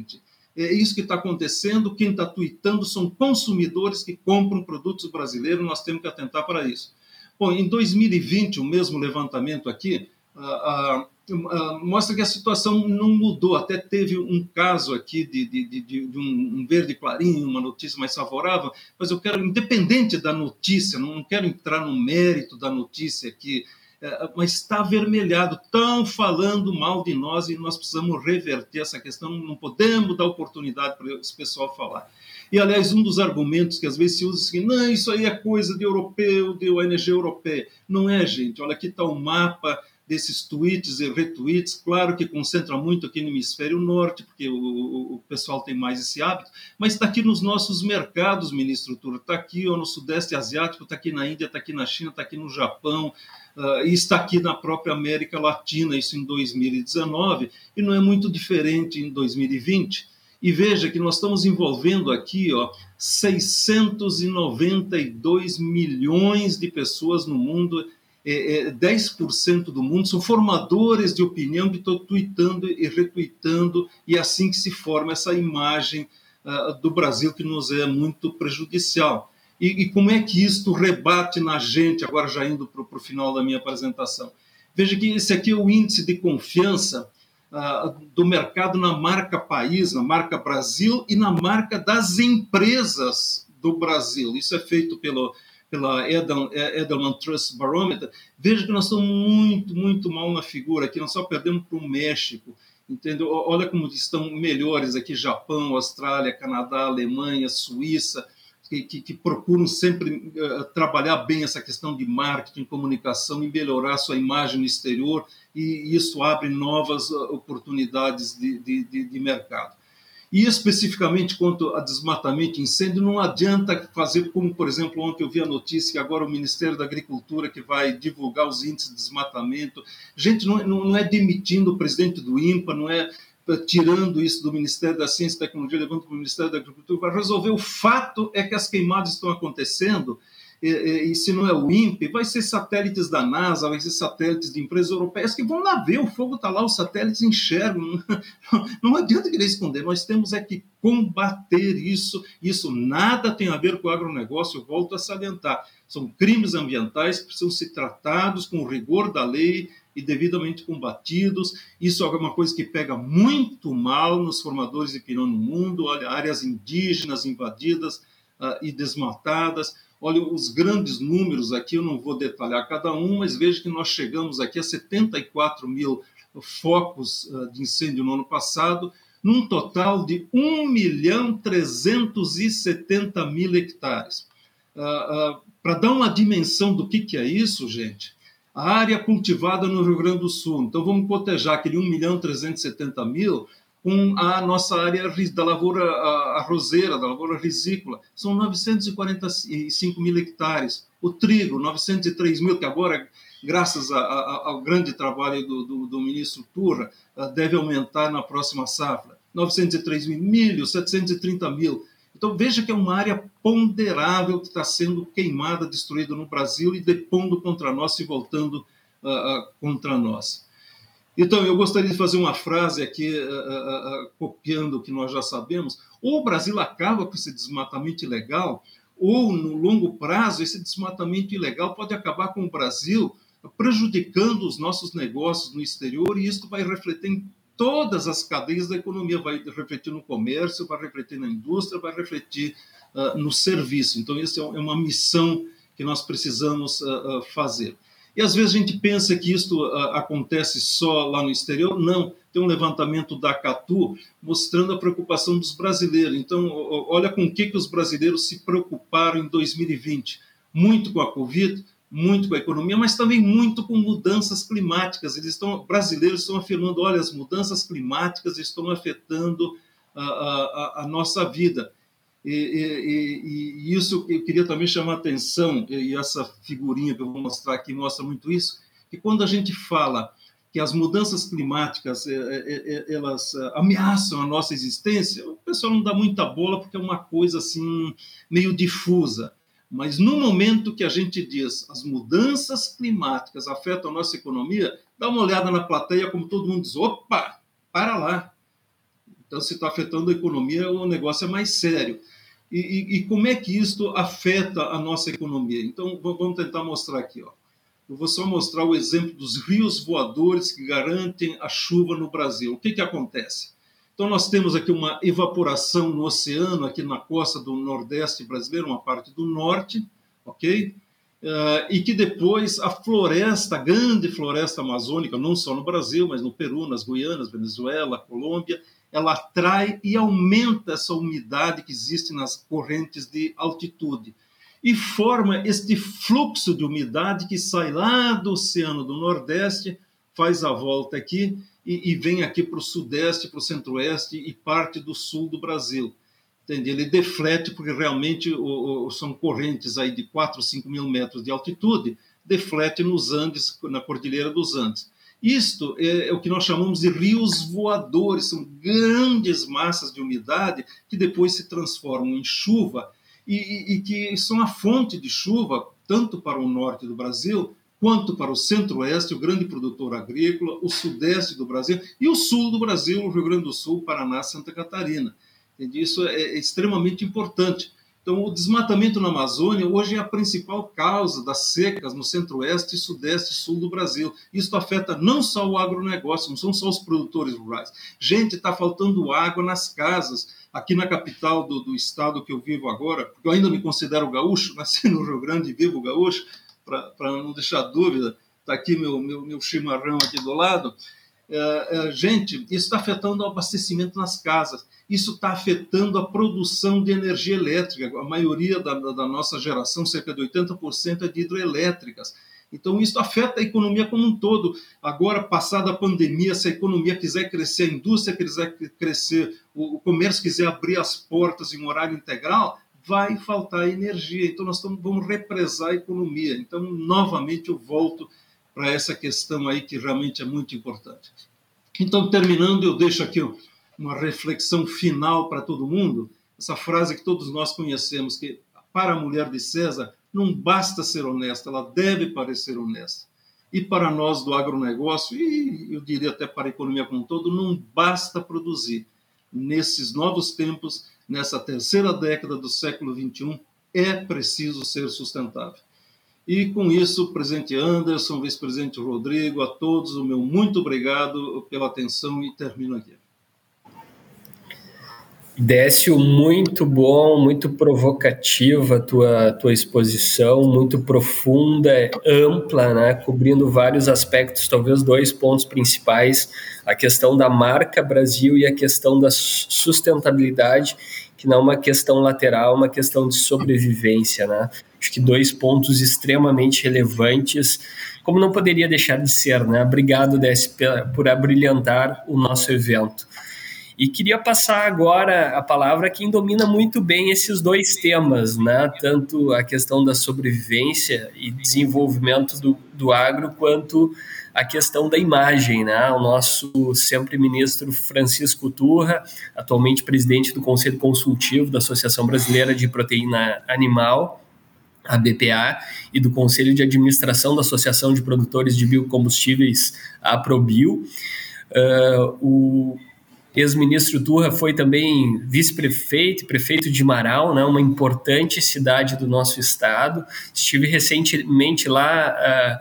Speaker 3: É isso que está acontecendo. Quem está tuitando são consumidores que compram produtos brasileiros, nós temos que atentar para isso. Bom, em dois mil e vinte, o mesmo levantamento aqui, ah, ah, ah, mostra que a situação não mudou. Até teve um caso aqui de, de, de, de um, um verde clarinho, uma notícia mais favorável, mas eu quero, independente da notícia, não quero entrar no mérito da notícia aqui, mas está avermelhado, estão falando mal de nós e nós precisamos reverter essa questão, não podemos dar oportunidade para esse pessoal falar. E, aliás, um dos argumentos que às vezes se usa é que não, isso aí é coisa de europeu, de O N G europeia. Não é, gente. Olha, aqui está o mapa desses tweets e retweets, claro que concentra muito aqui no hemisfério norte, porque o, o, o pessoal tem mais esse hábito, mas está aqui nos nossos mercados, ministro Turra, está aqui ó, no Sudeste Asiático, está aqui na Índia, está aqui na China, está aqui no Japão, uh, e está aqui na própria América Latina, isso em dois mil e dezenove, e não é muito diferente em dois mil e vinte. E veja que nós estamos envolvendo aqui ó, seiscentos e noventa e dois milhões de pessoas no mundo, é, é, dez por cento do mundo são formadores de opinião que estão tweetando e retweetando, e é assim que se forma essa imagem uh, do Brasil que nos é muito prejudicial. E, e como é que isto rebate na gente, agora já indo para o final da minha apresentação? Veja que esse aqui é o índice de confiança uh, do mercado na marca país, na marca Brasil e na marca das empresas do Brasil. Isso é feito pelo... pela Edelman Trust Barometer. Veja que nós estamos muito, muito mal na figura aqui, nós só perdemos para o México, entendeu? Olha como estão melhores aqui, Japão, Austrália, Canadá, Alemanha, Suíça, que, que, que procuram sempre uh, trabalhar bem essa questão de marketing, comunicação e melhorar sua imagem no exterior, e isso abre novas uh, oportunidades de, de, de, de mercado. E especificamente quanto a desmatamento e incêndio, não adianta fazer como, por exemplo, ontem eu vi a notícia que agora o Ministério da Agricultura que vai divulgar os índices de desmatamento. Gente, não, não é demitindo o presidente do INPA, não é tirando isso do Ministério da Ciência e Tecnologia, levando para o Ministério da Agricultura, vai resolver. O fato é que as queimadas estão acontecendo, e, e, e se não é o INPE, vai ser satélites da NASA, vai ser satélites de empresas europeias que vão lá ver, o fogo está lá, os satélites enxergam, não, não adianta querer esconder, nós temos é que combater isso, isso nada tem a ver com o agronegócio, eu volto a salientar, são crimes ambientais que precisam ser tratados com o rigor da lei e devidamente combatidos, isso é uma coisa que pega muito mal nos formadores de opinião no mundo, olha, áreas indígenas invadidas uh, e desmatadas. Olha, os grandes números aqui, eu não vou detalhar cada um, mas veja que nós chegamos aqui a setenta e quatro mil focos de incêndio no ano passado, num total de um milhão trezentos e setenta mil hectares. Uh, uh, para dar uma dimensão do que, que é isso, gente, a área cultivada no Rio Grande do Sul, então vamos cotejar aquele um milhão trezentos e setenta mil, com a nossa área da lavoura arrozeira, da lavoura risícola, são novecentos e quarenta e cinco mil hectares. O trigo, novecentos e três mil, que agora, graças a, a, ao grande trabalho do, do, do ministro Turra, deve aumentar na próxima safra. novecentos e três mil, milho, setecentos e trinta mil. Então, veja que é uma área ponderável que está sendo queimada, destruída no Brasil e depondo contra nós e voltando uh, uh, contra nós. Então, eu gostaria de fazer uma frase aqui, uh, uh, uh, copiando o que nós já sabemos. Ou o Brasil acaba com esse desmatamento ilegal, ou, no longo prazo, esse desmatamento ilegal pode acabar com o Brasil prejudicando os nossos negócios no exterior, e isso vai refletir em todas as cadeias da economia, vai refletir no comércio, vai refletir na indústria, vai refletir uh, no serviço. Então, isso é uma missão que nós precisamos uh, uh, fazer. E às vezes a gente pensa que isso uh, acontece só lá no exterior. Não, tem um levantamento da Catu mostrando a preocupação dos brasileiros. Então, olha com o que, que os brasileiros se preocuparam em dois mil e vinte. Muito com a Covid, muito com a economia, mas também muito com mudanças climáticas. Eles estão, brasileiros estão afirmando, olha, as mudanças climáticas estão afetando a, a, a nossa vida. E, e, e isso eu queria também chamar a atenção, e essa figurinha que eu vou mostrar aqui mostra muito isso, que quando a gente fala que as mudanças climáticas elas ameaçam a nossa existência, o pessoal não dá muita bola porque é uma coisa assim meio difusa. Mas no momento que a gente diz as mudanças climáticas afetam a nossa economia, dá uma olhada na plateia como todo mundo diz, opa, para lá. Então, se está afetando a economia, o negócio é mais sério. E, e, e como é que isso afeta a nossa economia? Então, vamos tentar mostrar aqui. Ó. Eu vou só mostrar o exemplo dos rios voadores que garantem a chuva no Brasil. O que, que acontece? Então, nós temos aqui uma evaporação no oceano, aqui na costa do Nordeste brasileiro, uma parte do Norte, ok? Uh, e que depois a floresta, a grande floresta amazônica, não só no Brasil, mas no Peru, nas Guianas, Venezuela, Colômbia, ela atrai e aumenta essa umidade que existe nas correntes de altitude e forma este fluxo de umidade que sai lá do Oceano do Nordeste, faz a volta aqui e, e vem aqui para o Sudeste, para o Centro-Oeste e parte do Sul do Brasil. Entende? Ele deflete porque realmente o, o, são correntes aí de quatro, cinco mil metros de altitude, deflete nos Andes, na Cordilheira dos Andes. Isto é, é o que nós chamamos de rios voadores, são grandes massas de umidade que depois se transformam em chuva e, e, e que são a fonte de chuva tanto para o norte do Brasil quanto para o centro-oeste, o grande produtor agrícola, o sudeste do Brasil e o sul do Brasil, o Rio Grande do Sul, Paraná, Santa Catarina. Isso é extremamente importante. Então, o desmatamento na Amazônia hoje é a principal causa das secas no centro-oeste, sudeste e sul do Brasil. Isso afeta não só o agronegócio, não são só os produtores rurais. Gente, está faltando água nas casas. Aqui na capital do, do estado que eu vivo agora, porque eu ainda me considero gaúcho, nasci no Rio Grande e vivo gaúcho, para não deixar dúvida, está aqui meu, meu, meu chimarrão aqui do lado. É, é, gente, isso está afetando o abastecimento nas casas, isso está afetando a produção de energia elétrica. A maioria da, da nossa geração, cerca de oitenta por cento, é de hidroelétricas. Então, isso afeta a economia como um todo. Agora, passada a pandemia, se a economia quiser crescer, a indústria quiser crescer, o, o comércio quiser abrir as portas em um horário integral, vai faltar energia. Então, nós estamos, vamos represar a economia. Então, novamente, eu volto para essa questão aí que realmente é muito importante. Então, terminando, eu deixo aqui uma reflexão final para todo mundo, essa frase que todos nós conhecemos, que para a mulher de César não basta ser honesta, ela deve parecer honesta. E para nós do agronegócio, e eu diria até para a economia como um todo, não basta produzir. Nesses novos tempos, nessa terceira década do século vinte e um, é preciso ser sustentável. E com isso, presidente Anderson, vice-presidente Rodrigo, a todos, o meu muito obrigado pela atenção e termino aqui.
Speaker 1: Décio, muito bom, muito provocativa a tua, tua exposição, muito profunda, ampla, né, cobrindo vários aspectos, talvez dois pontos principais, a questão da marca Brasil e a questão da sustentabilidade, que não é uma questão lateral, uma questão de sobrevivência, né? Acho que dois pontos extremamente relevantes, como não poderia deixar de ser, né? Obrigado, Décio, por abrilhantar o nosso evento. E queria passar agora a palavra a quem domina muito bem esses dois temas, né? Tanto a questão da sobrevivência e desenvolvimento do, do agro, quanto a questão da imagem, né? O nosso sempre ministro Francisco Turra, atualmente presidente do Conselho Consultivo da Associação Brasileira de Proteína Animal, a B P A, e do Conselho de Administração da Associação de Produtores de Biocombustíveis, a Aprobio. Uh, o ex-ministro Turra foi também vice-prefeito e prefeito de Marau, né, uma importante cidade do nosso estado. Estive recentemente lá,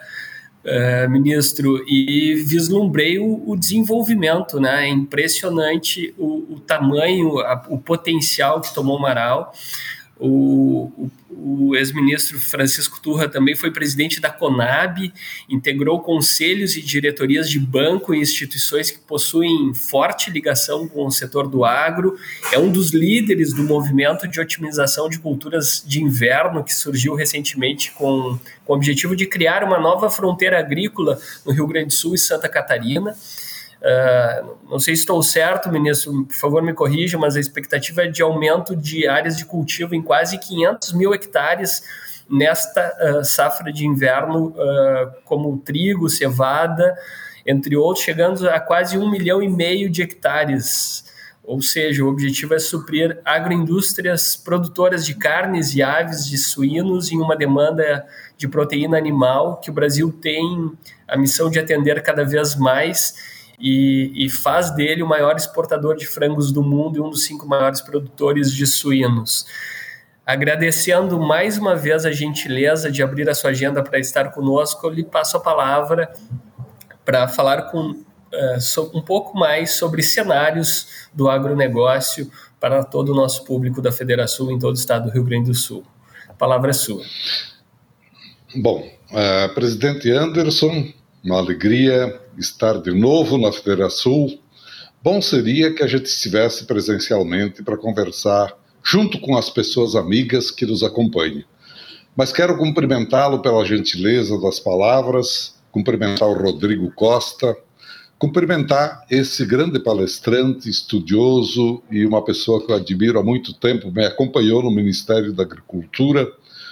Speaker 1: uh, uh, ministro, e vislumbrei o, o desenvolvimento, né? É impressionante o, o tamanho, a, o potencial que tomou Marau. O, o, o ex-ministro Francisco Turra também foi presidente da Conab, integrou conselhos e diretorias de banco e instituições que possuem forte ligação com o setor do agro, é um dos líderes do movimento de otimização de culturas de inverno que surgiu recentemente com, com o objetivo de criar uma nova fronteira agrícola no Rio Grande do Sul e Santa Catarina. Uh, não sei se estou certo, ministro, por favor me corrija, mas a expectativa é de aumento de áreas de cultivo em quase quinhentos mil hectares nesta uh, safra de inverno, uh, como trigo, cevada, entre outros, chegando a quase um milhão e meio de hectares. Ou seja, o objetivo é suprir agroindústrias produtoras de carnes e aves, de suínos, em uma demanda de proteína animal que o Brasil tem a missão de atender cada vez mais. e, e faz dele o maior exportador de frangos do mundo e um dos cinco maiores produtores de suínos. Agradecendo mais uma vez a gentileza de abrir a sua agenda para estar conosco, eu lhe passo a palavra para falar com, uh, so, um pouco mais sobre cenários do agronegócio para todo o nosso público da Federação em todo o estado do Rio Grande do Sul. A palavra é sua.
Speaker 4: Bom, uh, presidente Anderson, uma alegria estar de novo na Federação. Bom seria que a gente estivesse presencialmente para conversar junto com as pessoas amigas que nos acompanham. Mas quero cumprimentá-lo pela gentileza das palavras, cumprimentar o Rodrigo Costa, cumprimentar esse grande palestrante, estudioso e uma pessoa que eu admiro há muito tempo, me acompanhou no Ministério da Agricultura,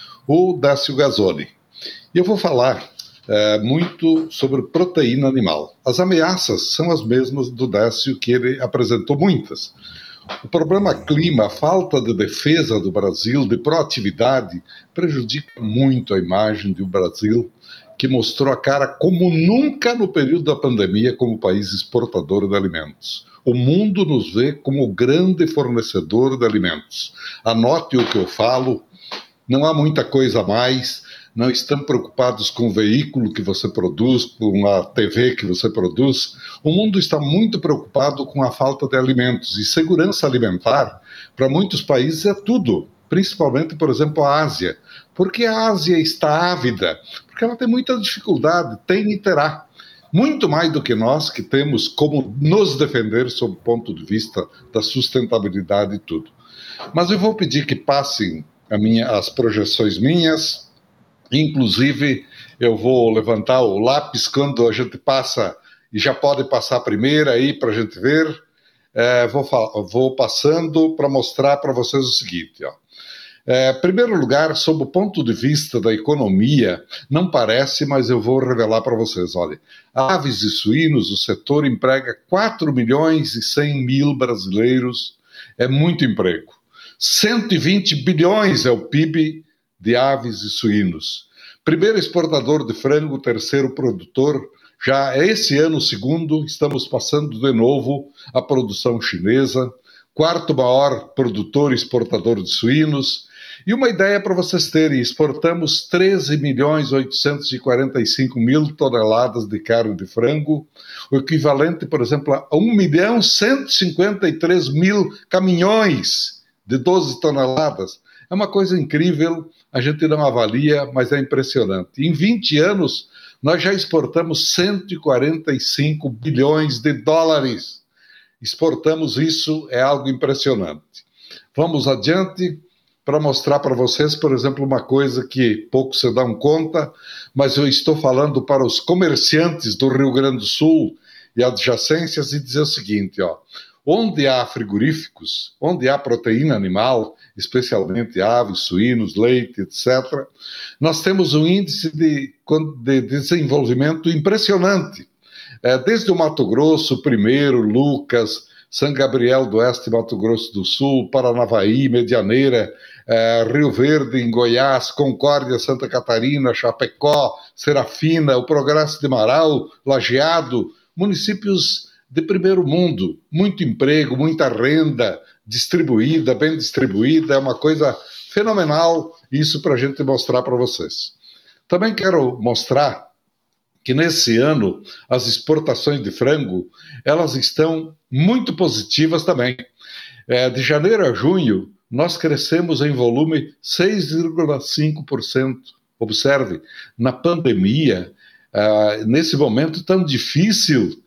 Speaker 4: o Décio Gazzoni. E eu vou falar é, muito sobre proteína animal. As ameaças são as mesmas do Décio, que ele apresentou muitas. O problema clima, a falta de defesa do Brasil, de proatividade, prejudica muito a imagem do Brasil, que mostrou a cara como nunca no período da pandemia como país exportador de alimentos. O mundo nos vê como o grande fornecedor de alimentos. Anote o que eu falo, não há muita coisa a mais, não estão preocupados com o veículo que você produz, com a T V que você produz. O mundo está muito preocupado com a falta de alimentos. E segurança alimentar, para muitos países, é tudo. Principalmente, por exemplo, a Ásia. Porque a Ásia está ávida, porque ela tem muita dificuldade, tem e terá. Muito mais do que nós, que temos como nos defender sob o ponto de vista da sustentabilidade e tudo. Mas eu vou pedir que passem a minha, as projeções minhas. Inclusive, eu vou levantar o lápis quando a gente passa, e já pode passar a primeira aí para a gente ver. É, vou, vou passando para mostrar para vocês o seguinte, ó. É, em primeiro lugar, sob o ponto de vista da economia, não parece, mas eu vou revelar para vocês. Olha, aves e suínos, o setor emprega quatro milhões e cem mil brasileiros, é muito emprego. cento e vinte bilhões é o P I B de aves e suínos. Primeiro exportador de frango, terceiro produtor. Já esse ano, segundo, estamos passando de novo a produção chinesa. Quarto maior produtor e exportador de suínos. E uma ideia para vocês terem, exportamos treze milhões oitocentos e quarenta e cinco mil toneladas de carne de frango, o equivalente, por exemplo, a um milhão cento e cinquenta e três mil caminhões de doze toneladas. É uma coisa incrível, a gente não avalia, mas é impressionante. Em vinte anos, nós já exportamos cento e quarenta e cinco bilhões de dólares. Exportamos isso, é algo impressionante. Vamos adiante para mostrar para vocês, por exemplo, uma coisa que poucos se dão conta, mas eu estou falando para os comerciantes do Rio Grande do Sul e adjacências e dizer o seguinte, ó. Onde há frigoríficos, onde há proteína animal, especialmente aves, suínos, leite, etcétera, nós temos um índice de, de desenvolvimento impressionante. É, desde o Mato Grosso, primeiro, Lucas, São Gabriel do Oeste, Mato Grosso do Sul, Paranavaí, Medianeira, é, Rio Verde, em Goiás, Concórdia, Santa Catarina, Chapecó, Serafina, o Progresso de Marau, Lajeado, municípios de primeiro mundo, muito emprego, muita renda distribuída, bem distribuída, é uma coisa fenomenal, isso para a gente mostrar para vocês. Também quero mostrar que nesse ano as exportações de frango, elas estão muito positivas também. É, de janeiro a junho, nós crescemos em volume seis vírgula cinco por cento. Observe, na pandemia, uh, nesse momento tão difícil,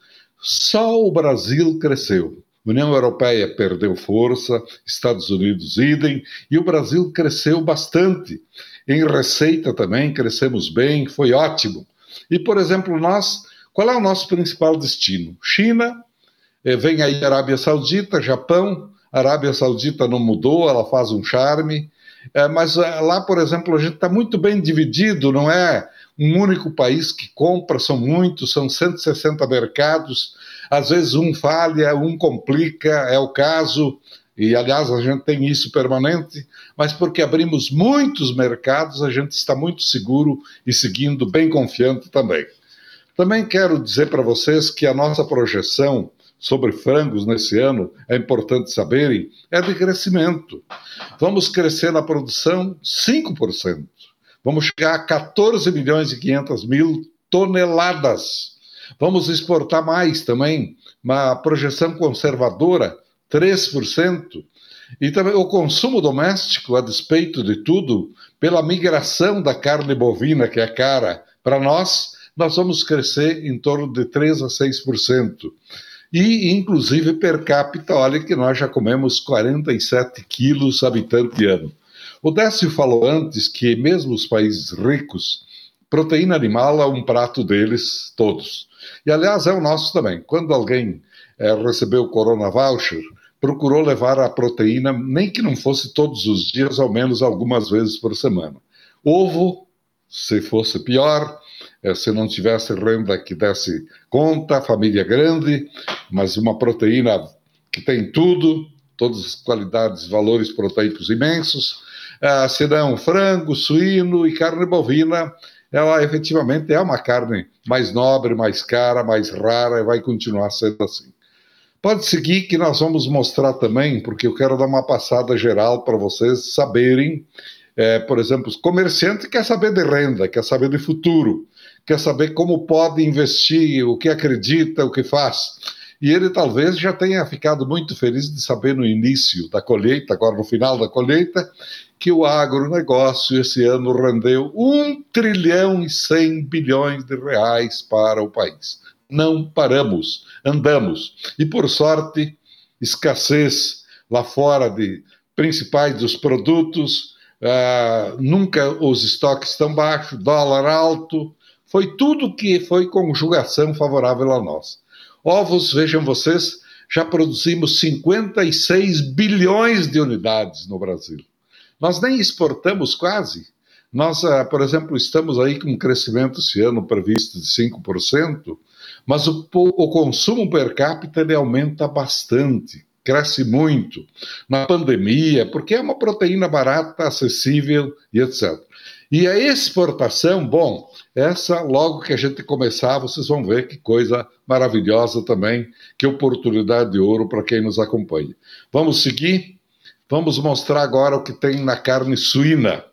Speaker 4: só o Brasil cresceu. União Europeia perdeu força, Estados Unidos idem, e o Brasil cresceu bastante. Em receita também crescemos bem, foi ótimo. E, por exemplo, nós, qual é o nosso principal destino? China, eh, vem aí a Arábia Saudita, Japão. A Arábia Saudita não mudou, ela faz um charme, eh, mas eh, lá, por exemplo, a gente está muito bem dividido, não é um único país que compra, são muitos, são cento e sessenta mercados, às vezes um falha, um complica, é o caso, e aliás a gente tem isso permanente, mas porque abrimos muitos mercados, a gente está muito seguro e seguindo bem confiante também. Também quero dizer para vocês que a nossa projeção sobre frangos nesse ano, é importante saberem, é de crescimento. Vamos crescer na produção cinco por cento. Vamos chegar a quatorze milhões e quinhentas mil toneladas. Vamos exportar mais também, uma projeção conservadora, três por cento. E também o consumo doméstico, a despeito de tudo, pela migração da carne bovina, que é cara para nós, nós vamos crescer em torno de três a seis por cento. E, inclusive, per capita, olha que nós já comemos quarenta e sete quilos habitante ano. O Décio falou antes que, mesmo os países ricos, proteína animal é um prato deles todos. E, aliás, é o nosso também. Quando alguém é, recebeu o Corona Voucher, procurou levar a proteína, nem que não fosse todos os dias, ao menos algumas vezes por semana. Ovo, se fosse pior, é, se não tivesse renda que desse conta, família grande, mas uma proteína que tem tudo, todas as qualidades, valores proteicos imensos, é, se não frango, suíno e carne bovina, ela efetivamente é uma carne mais nobre, mais cara, mais rara e vai continuar sendo assim. Pode seguir que nós vamos mostrar também, porque eu quero dar uma passada geral para vocês saberem, é, por exemplo, o comerciante quer saber de renda, quer saber de futuro, quer saber como pode investir, o que acredita, o que faz. E ele talvez já tenha ficado muito feliz de saber no início da colheita, agora no final da colheita, que o agronegócio esse ano rendeu um trilhão e cem bilhões de reais para o país. Não paramos, andamos. E, por sorte, escassez lá fora de principais dos produtos, uh, nunca os estoques tão baixos, dólar alto, foi tudo que foi conjugação favorável a nós. Ovos, vejam vocês, já produzimos cinquenta e seis bilhões de unidades no Brasil. Nós nem exportamos quase. Nós, uh, por exemplo, estamos aí com um crescimento esse ano previsto de cinco por cento, mas o, o consumo per capita ele aumenta bastante, cresce muito na pandemia, porque é uma proteína barata, acessível e etcétera. E a exportação, bom, essa logo que a gente começar, vocês vão ver que coisa maravilhosa também, que oportunidade de ouro para quem nos acompanha. Vamos seguir? Vamos mostrar agora o que tem na carne suína.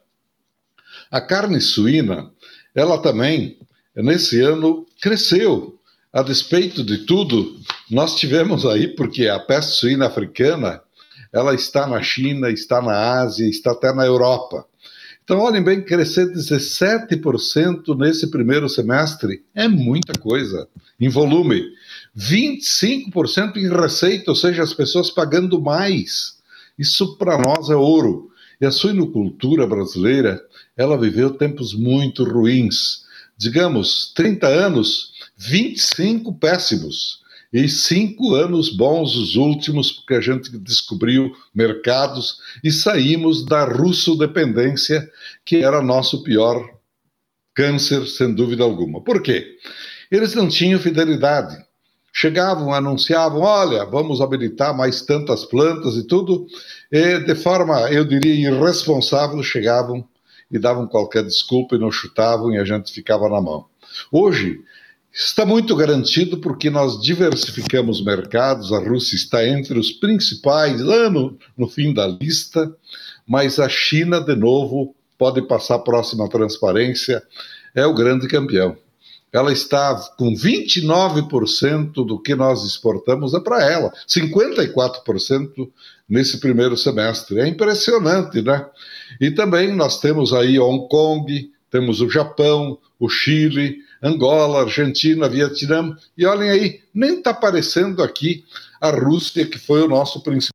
Speaker 4: A carne suína, ela também, nesse ano, cresceu. A despeito de tudo, nós tivemos aí, porque a peste suína africana, ela está na China, está na Ásia, está até na Europa. Então, olhem bem, crescer dezessete por cento nesse primeiro semestre é muita coisa, em volume. vinte e cinco por cento em receita, ou seja, as pessoas pagando mais. Isso para nós é ouro. E a suinocultura brasileira, ela viveu tempos muito ruins. Digamos, trinta anos, vinte e cinco péssimos. E cinco anos bons os últimos, porque a gente descobriu mercados e saímos da russo-dependência, que era nosso pior câncer, sem dúvida alguma. Por quê? Eles não tinham fidelidade. Chegavam, anunciavam, olha, vamos habilitar mais tantas plantas e tudo, e de forma, eu diria, irresponsável, chegavam e davam qualquer desculpa e não chutavam e a gente ficava na mão. Hoje, está muito garantido porque nós diversificamos mercados, a Rússia está entre os principais, lá no, no fim da lista, mas a China, de novo, pode passar próxima à transparência, é o grande campeão. Ela está com vinte e nove por cento do que nós exportamos é para ela, cinquenta e quatro por cento nesse primeiro semestre. É impressionante, né? E também nós temos aí Hong Kong, temos o Japão, o Chile, Angola, Argentina, Vietnã, e olhem aí, nem está aparecendo aqui a Rússia, que foi o nosso principal.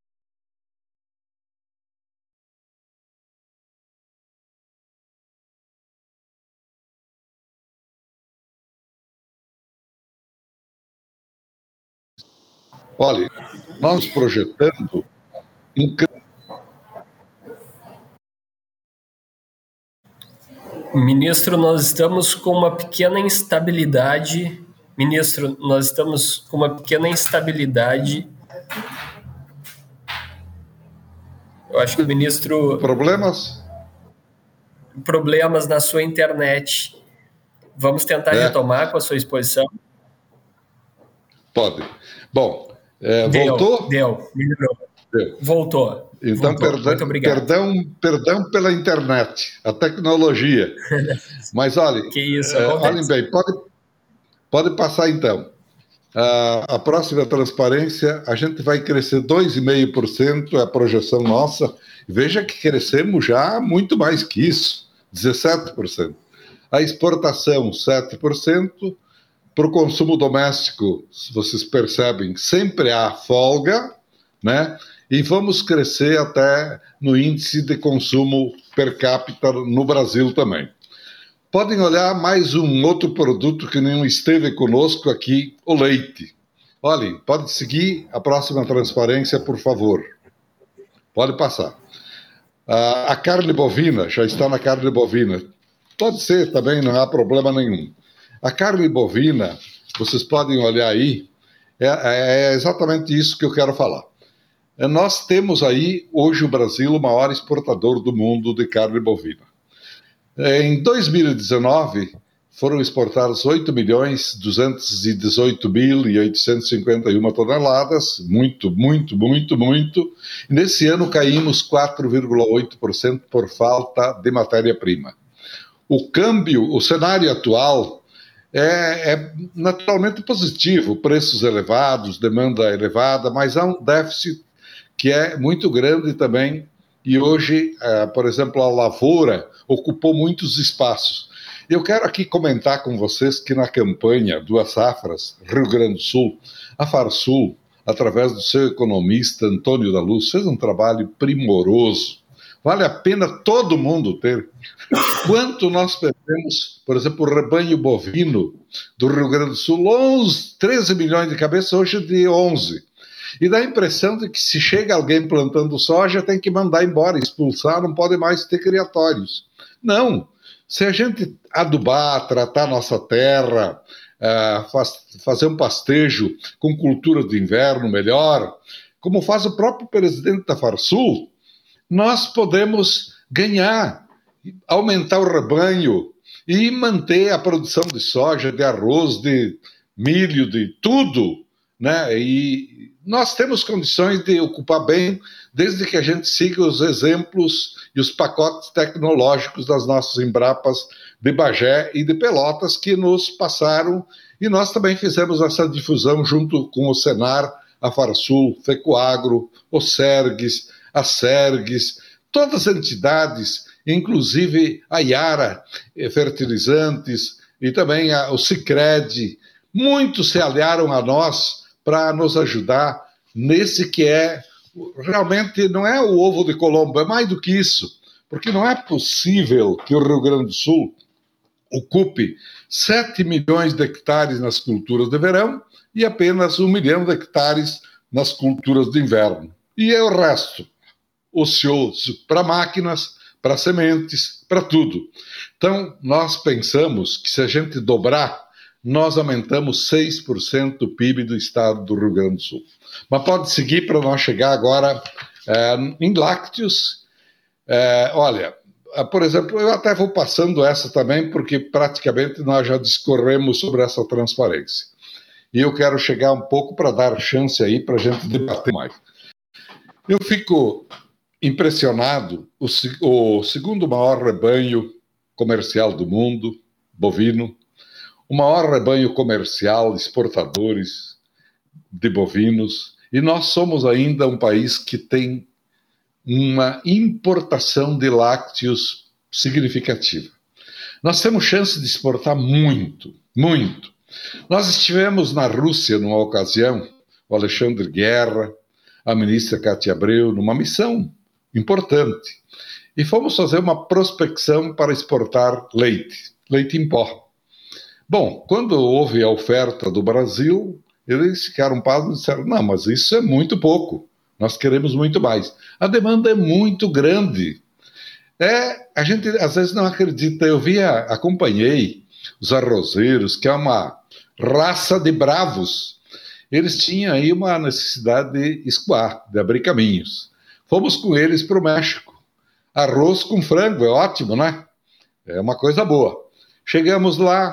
Speaker 4: Olha, nós projetando um...
Speaker 1: Ministro, nós estamos com uma pequena instabilidade. Ministro, nós estamos com uma pequena instabilidade. Eu acho que o ministro...
Speaker 4: Problemas?
Speaker 1: Problemas na sua internet. vamos tentar é. retomar com a sua exposição?
Speaker 4: Pode. Bom, é,
Speaker 1: deu,
Speaker 4: voltou?
Speaker 1: Deu, melhorou.
Speaker 4: Deu.
Speaker 1: Voltou.
Speaker 4: Então,
Speaker 1: voltou.
Speaker 4: Perdão,
Speaker 1: Muito obrigado.
Speaker 4: Perdão, perdão pela internet, a tecnologia. Mas, olha,
Speaker 1: que isso,
Speaker 4: é, olhem bem, pode, pode passar então. A, a próxima transparência, a gente vai crescer dois vírgula cinco por cento, é a projeção nossa. Veja que crescemos já muito mais que isso, dezessete por cento. A exportação, sete por cento. Para o consumo doméstico, vocês percebem, sempre há folga, né? E vamos crescer até no índice de consumo per capita no Brasil também. Podem olhar mais um outro produto que não esteve conosco aqui, o leite. Olhem, pode seguir a próxima transparência, por favor. Pode passar. A, a carne bovina, já está na carne bovina. Pode ser também, não há problema nenhum. A carne bovina, vocês podem olhar aí, é, é exatamente isso que eu quero falar. Nós temos aí, hoje, o Brasil, o maior exportador do mundo de carne bovina. Em dois mil e dezenove, foram exportadas oito milhões duzentos e dezoito mil e oitocentos e cinquenta e uma toneladas, muito, muito, muito, muito. E nesse ano caímos quatro vírgula oito por cento por falta de matéria-prima. O câmbio, o cenário atual é, é naturalmente positivo, preços elevados, demanda elevada, mas há um déficit que é muito grande também, e hoje, é, por exemplo, a lavoura ocupou muitos espaços. Eu quero aqui comentar com vocês que na campanha Duas Safras, Rio Grande do Sul, a Farsul, através do seu economista Antônio da Luz, fez um trabalho primoroso. Vale a pena todo mundo ter. Quanto nós perdemos, por exemplo, o rebanho bovino do Rio Grande do Sul, onze, treze milhões de cabeças, hoje de onze. E dá a impressão de que se chega alguém plantando soja, tem que mandar embora, expulsar, não pode mais ter criatórios. Não. Se a gente adubar, tratar nossa terra, uh, faz, fazer um pastejo com cultura de inverno melhor, como faz o próprio presidente da Farsul, nós podemos ganhar, aumentar o rebanho e manter a produção de soja, de arroz, de milho, de tudo, né? E nós temos condições de ocupar bem, desde que a gente siga os exemplos e os pacotes tecnológicos das nossas Embrapas de Bagé e de Pelotas que nos passaram, e nós também fizemos essa difusão junto com o Senar, a Farsul, Fecoagro, o Sergues, a Sergues, todas as entidades, inclusive a Iara Fertilizantes e também a, o Sicredi, muitos se aliaram a nós para nos ajudar nesse que é, realmente não é o ovo de Colombo, é mais do que isso, porque não é possível que o Rio Grande do Sul ocupe sete milhões de hectares nas culturas de verão e apenas um milhão de hectares nas culturas de inverno. E é o resto, ocioso, para máquinas, para sementes, para tudo. Então, nós pensamos que se a gente dobrar, nós aumentamos seis por cento do P I B do estado do Rio Grande do Sul. Mas pode seguir para nós chegar agora é, em lácteos. É, olha, por exemplo, eu até vou passando essa também, porque praticamente nós já discorremos sobre essa transparência. E eu quero chegar um pouco para dar chance aí para a gente debater mais. Eu fico impressionado, o, o segundo maior rebanho comercial do mundo, bovino, o maior rebanho comercial, exportadores de bovinos, e nós somos ainda um país que tem uma importação de lácteos significativa. Nós temos chance de exportar muito, muito. Nós estivemos na Rússia numa ocasião, o Alexandre Guerra, a ministra Cátia Abreu, numa missão importante, e fomos fazer uma prospecção para exportar leite, leite em pó. Bom, quando houve a oferta do Brasil, eles ficaram pasmos e disseram, não, mas isso é muito pouco, nós queremos muito mais. A demanda é muito grande. É, a gente às vezes não acredita. Eu via, acompanhei os arrozeiros, que é uma raça de bravos. Eles tinham aí uma necessidade de escoar, de abrir caminhos. Fomos com eles para o México. Arroz com frango, é ótimo, né? É uma coisa boa. Chegamos lá,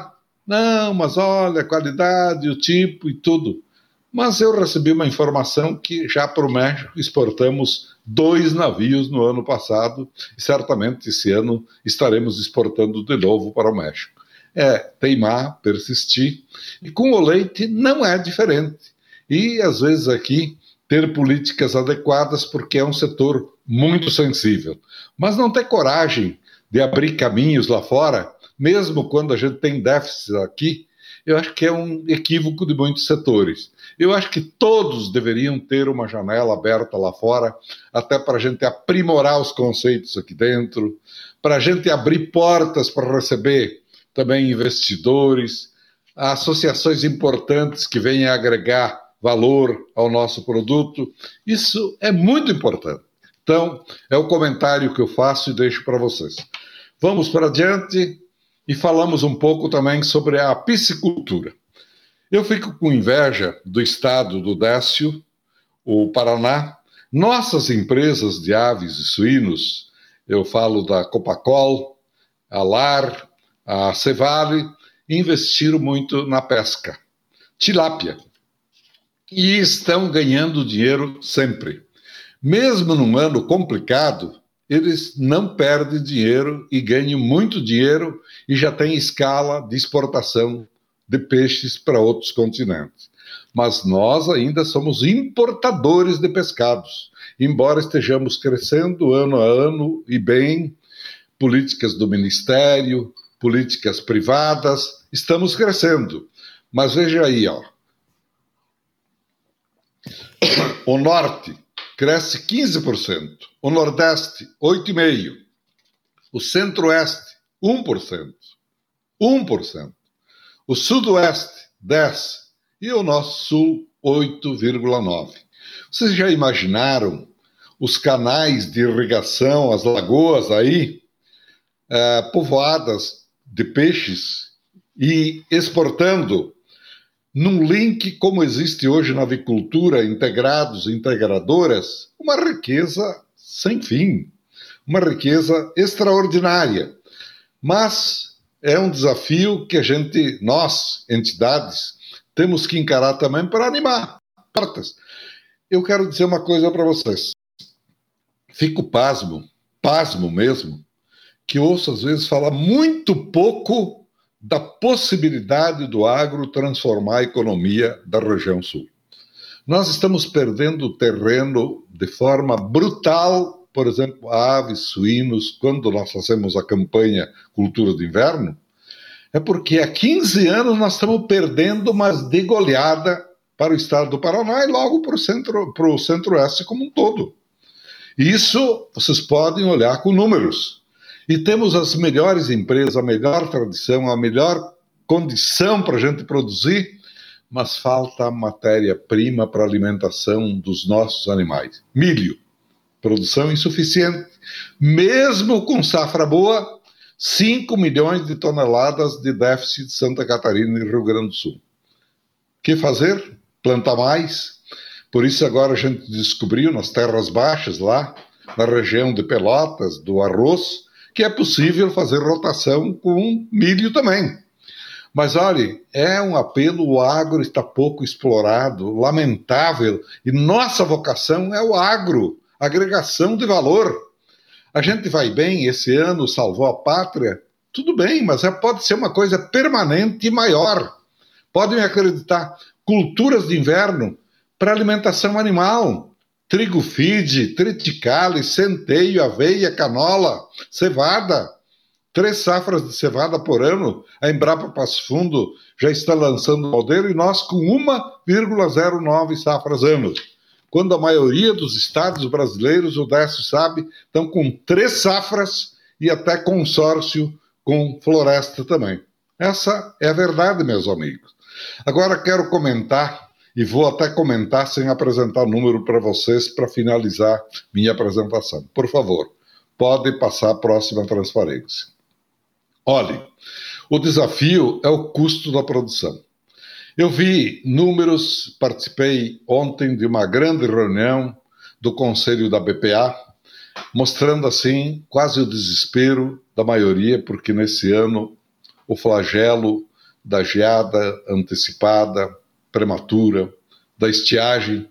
Speaker 4: Não, mas olha, a qualidade, o tipo e tudo. Mas eu recebi uma informação que já para o México exportamos dois navios no ano passado e certamente esse ano estaremos exportando de novo para o México. É teimar, persistir, e com o leite não é diferente. E às vezes aqui ter políticas adequadas porque é um setor muito sensível. Mas não ter coragem de abrir caminhos lá fora, mesmo quando a gente tem déficit aqui, eu acho que é um equívoco de muitos setores. Eu acho que todos deveriam ter uma janela aberta lá fora, até para a gente aprimorar os conceitos aqui dentro, para a gente abrir portas para receber também investidores, associações importantes que venham agregar valor ao nosso produto. Isso é muito importante. Então, é o comentário que eu faço e deixo para vocês. Vamos para adiante e falamos um pouco também sobre a piscicultura. Eu fico com inveja do estado do Décio, o Paraná. Nossas empresas de aves e suínos, eu falo da Copacol, a Lar, a Cevale, investiram muito na pesca. Tilápia. E estão ganhando dinheiro sempre. Mesmo num ano complicado, eles não perdem dinheiro e ganham muito dinheiro e já têm escala de exportação de peixes para outros continentes. Mas nós ainda somos importadores de pescados, embora estejamos crescendo ano a ano e bem, políticas do Ministério, políticas privadas, estamos crescendo. Mas veja aí, ó. O Norte cresce quinze por cento, o Nordeste oito vírgula cinco por cento, o Centro-Oeste um por cento, um por cento. O Sudoeste, dez por cento, e o nosso Sul, oito vírgula nove por cento. Vocês já imaginaram os canais de irrigação, as lagoas aí, eh, povoadas de peixes e exportando num link como existe hoje na avicultura, integrados, integradoras, uma riqueza sem fim, uma riqueza extraordinária. Mas é um desafio que a gente, nós, entidades, temos que encarar também para animar portas. Eu quero dizer uma coisa para vocês. Fico pasmo, pasmo mesmo, que ouço às vezes falar muito pouco da possibilidade do agro transformar a economia da região sul. Nós estamos perdendo terreno de forma brutal, por exemplo, aves, suínos, quando nós fazemos a campanha Cultura de Inverno, é porque há quinze anos nós estamos perdendo, mas de goleada, para o estado do Paraná e logo para o centro, para o centro-oeste como um todo. Isso vocês podem olhar com números. E temos as melhores empresas, a melhor tradição, a melhor condição para a gente produzir, mas falta matéria-prima para a alimentação dos nossos animais. Milho, produção insuficiente. Mesmo com safra boa, cinco milhões de toneladas de déficit de Santa Catarina e Rio Grande do Sul. O que fazer? Plantar mais. Por isso agora a gente descobriu nas terras baixas, lá na região de Pelotas, do arroz, que é possível fazer rotação com milho também. Mas, olha, é um apelo, o agro está pouco explorado, lamentável, e nossa vocação é o agro, agregação de valor. A gente vai bem, esse ano salvou a pátria, tudo bem, mas é, pode ser uma coisa permanente e maior. Podem acreditar, culturas de inverno para alimentação animal, trigo feed, triticale, centeio, aveia, canola, cevada, três safras de cevada por ano. A Embrapa Passo Fundo já está lançando o modelo e nós com uma vírgula zero nove safras ano. Quando a maioria dos estados brasileiros, o Décio sabe, estão com três safras e até consórcio com floresta também. Essa é a verdade, meus amigos. Agora quero comentar, e vou até comentar sem apresentar número para vocês para finalizar minha apresentação. Por favor, pode passar a próxima transparência. Olhe, o desafio é o custo da produção. Eu vi números, participei ontem de uma grande reunião do Conselho da B P A, mostrando assim quase o desespero da maioria, porque nesse ano o flagelo da geada antecipada, prematura, da estiagem,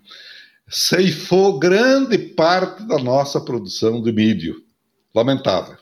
Speaker 4: ceifou grande parte da nossa produção de milho. Lamentável.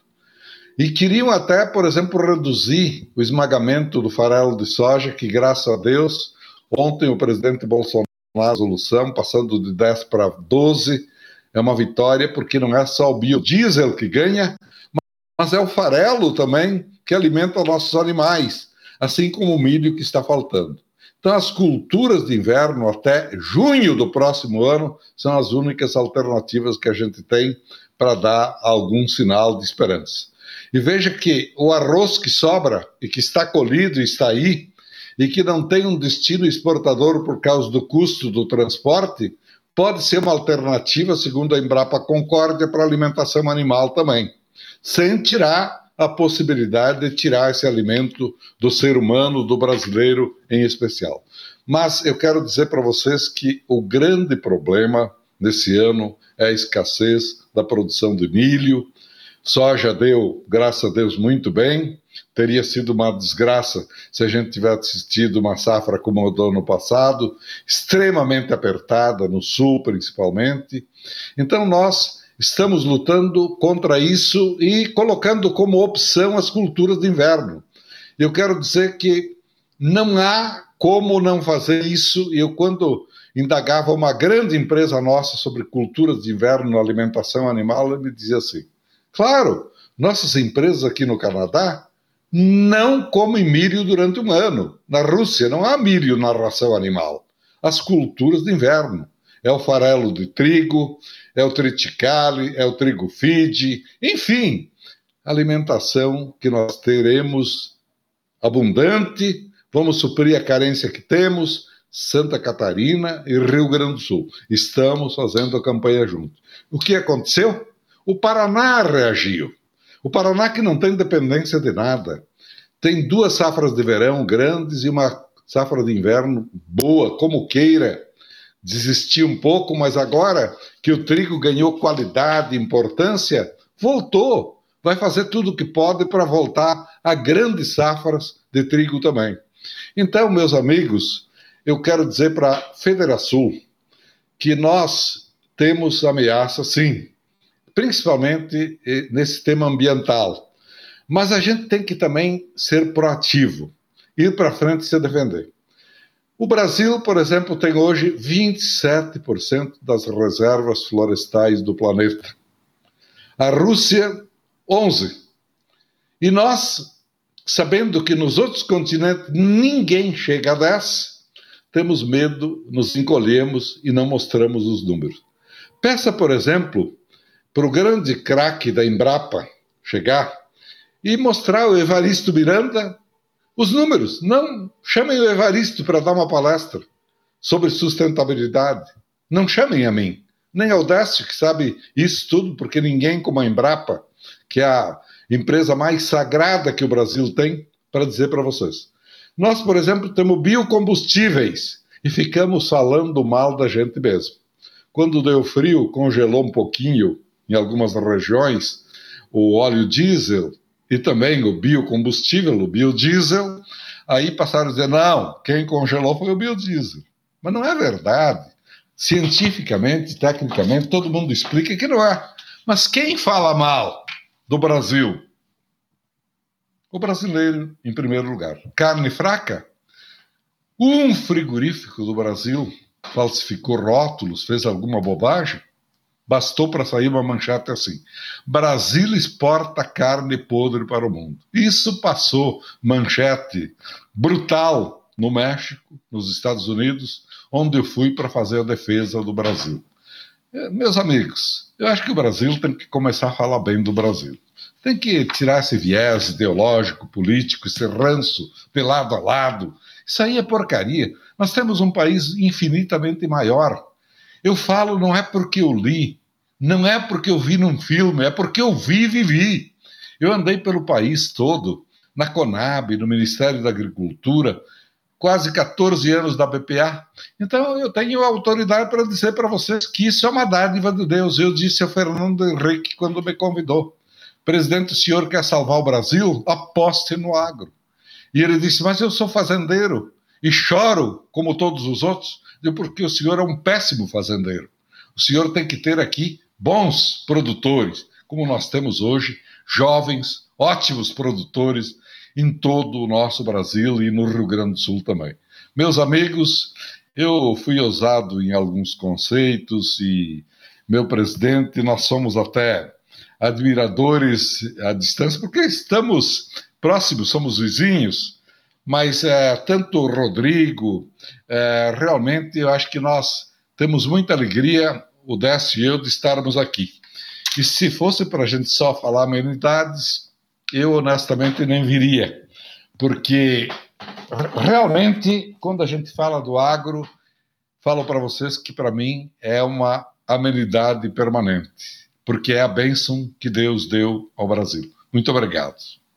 Speaker 4: E queriam até, por exemplo, reduzir o esmagamento do farelo de soja, que, graças a Deus, ontem o presidente Bolsonaro, a resolução, passando de dez para doze, é uma vitória, porque não é só o biodiesel que ganha, mas é o farelo também que alimenta nossos animais, assim como o milho que está faltando. Então, as culturas de inverno até junho do próximo ano são as únicas alternativas que a gente tem para dar algum sinal de esperança. E veja que o arroz que sobra e que está colhido e está aí, e que não tem um destino exportador por causa do custo do transporte, pode ser uma alternativa, segundo a Embrapa Concórdia, para a alimentação animal também, sem tirar a possibilidade de tirar esse alimento do ser humano, do brasileiro em especial. Mas eu quero dizer para vocês que o grande problema nesse ano é a escassez da produção de milho. Soja deu, graças a Deus, muito bem. Teria sido uma desgraça se a gente tivesse tido uma safra como a do ano passado, extremamente apertada, no sul principalmente. Então nós estamos lutando contra isso e colocando como opção as culturas de inverno. Eu quero dizer que não há como não fazer isso. Eu, quando indagava uma grande empresa nossa sobre culturas de inverno na alimentação animal, ele me dizia assim, claro, nossas empresas aqui no Canadá não comem milho durante um ano. Na Rússia não há milho na ração animal. As culturas de inverno. É o farelo de trigo, é o triticale, é o trigo feed, enfim, alimentação que nós teremos abundante, vamos suprir a carência que temos, Santa Catarina e Rio Grande do Sul. Estamos fazendo a campanha juntos. O que aconteceu? O Paraná reagiu. O Paraná, que não tem dependência de nada, tem duas safras de verão grandes e uma safra de inverno boa, como queira. Desistiu um pouco, mas agora que o trigo ganhou qualidade e importância, voltou. Vai fazer tudo o que pode para voltar a grandes safras de trigo também. Então, meus amigos, eu quero dizer para a Federação que nós temos ameaça, sim, principalmente nesse tema ambiental. Mas a gente tem que também ser proativo, ir para frente e se defender. O Brasil, por exemplo, tem hoje vinte e sete por cento das reservas florestais do planeta. A Rússia, onze por cento. E nós, sabendo que nos outros continentes ninguém chega a dez por cento, temos medo, nos encolhemos e não mostramos os números. Peça, por exemplo, para o grande craque da Embrapa chegar e mostrar o Evaristo Miranda os números. Não chamem o Evaristo para dar uma palestra sobre sustentabilidade. Não chamem a mim, nem ao Décio, que sabe isso tudo, porque ninguém como a Embrapa, que é a empresa mais sagrada que o Brasil tem, para dizer para vocês. Nós, por exemplo, temos biocombustíveis e ficamos falando mal da gente mesmo. Quando deu frio, congelou um pouquinho em algumas regiões o óleo diesel e também o biocombustível, o biodiesel, aí passaram a dizer, não, quem congelou foi o biodiesel. Mas não é verdade. Cientificamente, tecnicamente, todo mundo explica que não é. Mas quem fala mal do Brasil? O brasileiro, em primeiro lugar. Carne fraca? Um frigorífico do Brasil falsificou rótulos, fez alguma bobagem? Bastou para sair uma manchete assim. Brasil exporta carne podre para o mundo. Isso passou manchete brutal no México, nos Estados Unidos, onde eu fui para fazer a defesa do Brasil. Meus amigos, eu acho que o Brasil tem que começar a falar bem do Brasil. Tem que tirar esse viés ideológico, político, esse ranço de lado a lado. Isso aí é porcaria. Nós temos um país infinitamente maior. Eu falo não é porque eu li, não é porque eu vi num filme, é porque eu vi e vivi. Eu andei pelo país todo, na Conab, no Ministério da Agricultura, quase catorze anos da B P A. Então eu tenho autoridade para dizer para vocês que isso é uma dádiva de Deus. Eu disse ao Fernando Henrique quando me convidou, presidente, o senhor quer salvar o Brasil? Aposte no agro. E ele disse, mas eu sou fazendeiro e choro como todos os outros. Eu, porque o senhor é um péssimo fazendeiro. O senhor tem que ter aqui bons produtores, como nós temos hoje, jovens, ótimos produtores em todo o nosso Brasil e no Rio Grande do Sul também. Meus amigos, eu fui ousado em alguns conceitos e, meu presidente, nós somos até admiradores à distância, porque estamos próximos, somos vizinhos, mas é, tanto o Rodrigo, é, realmente eu acho que nós temos muita alegria, o Décio e eu, de estarmos aqui. E se fosse para a gente só falar amenidades, eu honestamente nem viria, porque realmente, quando a gente fala do agro, falo para vocês que para mim é uma amenidade permanente, porque é a bênção que Deus deu ao Brasil. Muito obrigado.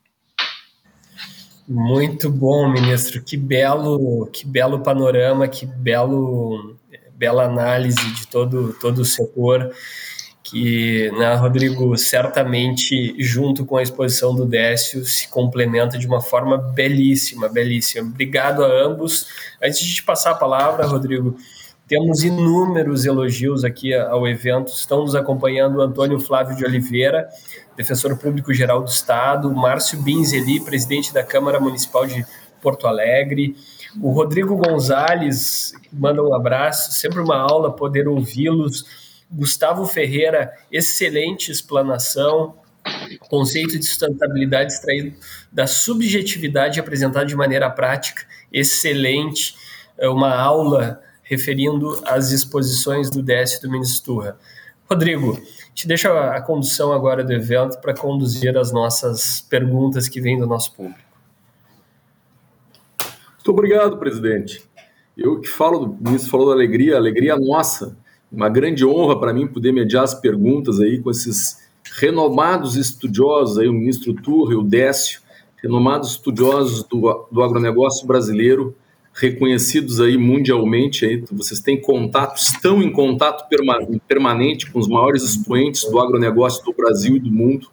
Speaker 1: Muito bom, ministro. Que belo, que belo panorama, que belo, bela análise de todo, todo o setor, que, né, Rodrigo, certamente, junto com a exposição do Décio, se complementa de uma forma belíssima, belíssima. Obrigado a ambos. Antes de te passar a palavra, Rodrigo, temos inúmeros elogios aqui ao evento. Estão nos acompanhando o Antônio Flávio de Oliveira, defensor público-geral do Estado, Márcio Binzeli, presidente da Câmara Municipal de Porto Alegre, o Rodrigo Gonzalez, que manda um abraço, sempre uma aula poder ouvi-los, Gustavo Ferreira, excelente explanação, conceito de sustentabilidade extraído da subjetividade apresentado de maneira prática, excelente, uma aula referindo às exposições do Décio e do ministro Turra. Rodrigo, te deixo a condução agora do evento para conduzir as nossas perguntas que vêm do nosso público.
Speaker 5: Muito obrigado, presidente. Eu que falo, o ministro falou da alegria, alegria nossa, uma grande honra para mim poder mediar as perguntas aí com esses renomados estudiosos, aí, o ministro Turra e o Décio, renomados estudiosos do, do agronegócio brasileiro, reconhecidos aí mundialmente, aí, vocês têm contato, estão em contato perma, permanente com os maiores expoentes do agronegócio do Brasil e do mundo.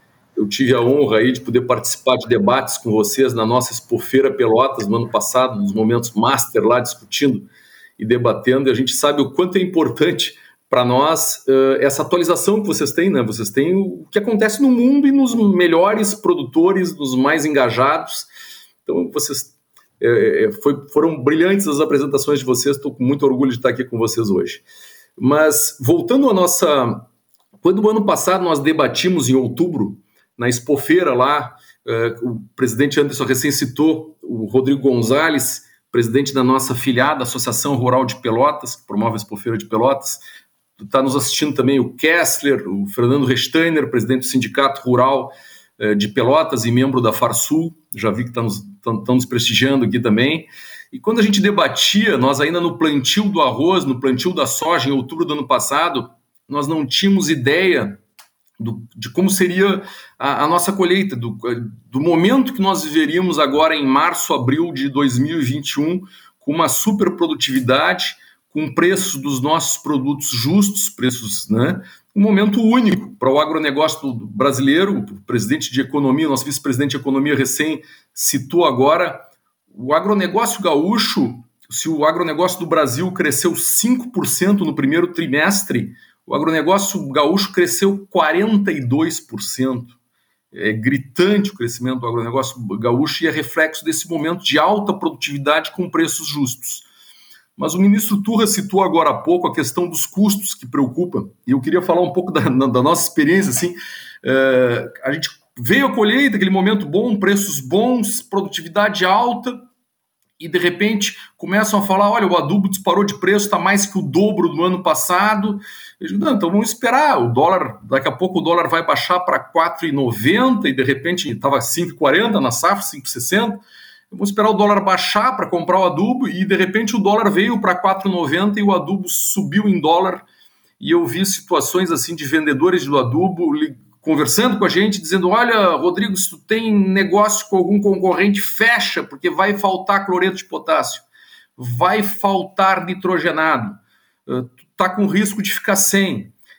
Speaker 5: Eu tive a honra aí de poder participar de debates com vocês na nossa Expofeira Pelotas no ano passado, nos momentos master lá, discutindo e debatendo, e a gente sabe o quanto é importante para nós uh, essa atualização que vocês têm, né? Vocês têm o que acontece no mundo e nos melhores produtores, nos mais engajados. Então, vocês É, foi, foram brilhantes as apresentações de vocês, estou com muito orgulho de estar aqui com vocês hoje. Mas, voltando à nossa... Quando no ano passado nós debatimos em outubro, na Expofeira lá, eh, o presidente Anderson recém citou o Rodrigo Gonzalez, presidente da nossa afiliada Associação Rural de Pelotas, que promove a Expofeira de Pelotas. Está nos assistindo também o Kessler, o Fernando Resteiner, presidente do Sindicato Rural de Pelotas e membro da Farsul, já vi que estão nos, nos prestigiando aqui também. E quando a gente debatia, nós ainda no plantio do arroz, no plantio da soja, em outubro do ano passado, nós não tínhamos ideia do, de como seria a, a nossa colheita, do, do momento que nós viveríamos agora em março, abril de dois mil e vinte e um, com uma superprodutividade, com preços dos nossos produtos justos, preços, né? Um momento único para o agronegócio brasileiro. O presidente de Economia, nosso vice-presidente de Economia recém citou agora, o agronegócio gaúcho, se o agronegócio do Brasil cresceu cinco por cento no primeiro trimestre, o agronegócio gaúcho cresceu quarenta e dois por cento. É gritante o crescimento do agronegócio gaúcho e é reflexo desse momento de alta produtividade com preços justos. Mas o ministro Turra citou agora há pouco a questão dos custos que preocupa, e eu queria falar um pouco da, da nossa experiência. Assim, é, a gente veio a colheita, aquele momento bom, preços bons, produtividade alta, e de repente começam a falar, olha, o adubo disparou de preço, está mais que o dobro do ano passado. Eu digo, não, então vamos esperar, o dólar, daqui a pouco o dólar vai baixar para quatro reais e noventa centavos, e de repente estava cinco reais e quarenta centavos na safra, cinco reais e sessenta centavos. Vamos esperar o dólar baixar para comprar o adubo, e de repente o dólar veio para quatro reais e noventa centavos e o adubo subiu em dólar. E eu vi situações assim de vendedores do adubo conversando com a gente, dizendo, olha, Rodrigo, se tu tem negócio com algum concorrente, fecha, porque vai faltar cloreto de potássio, vai faltar nitrogenado, tu tá com risco de ficar sem.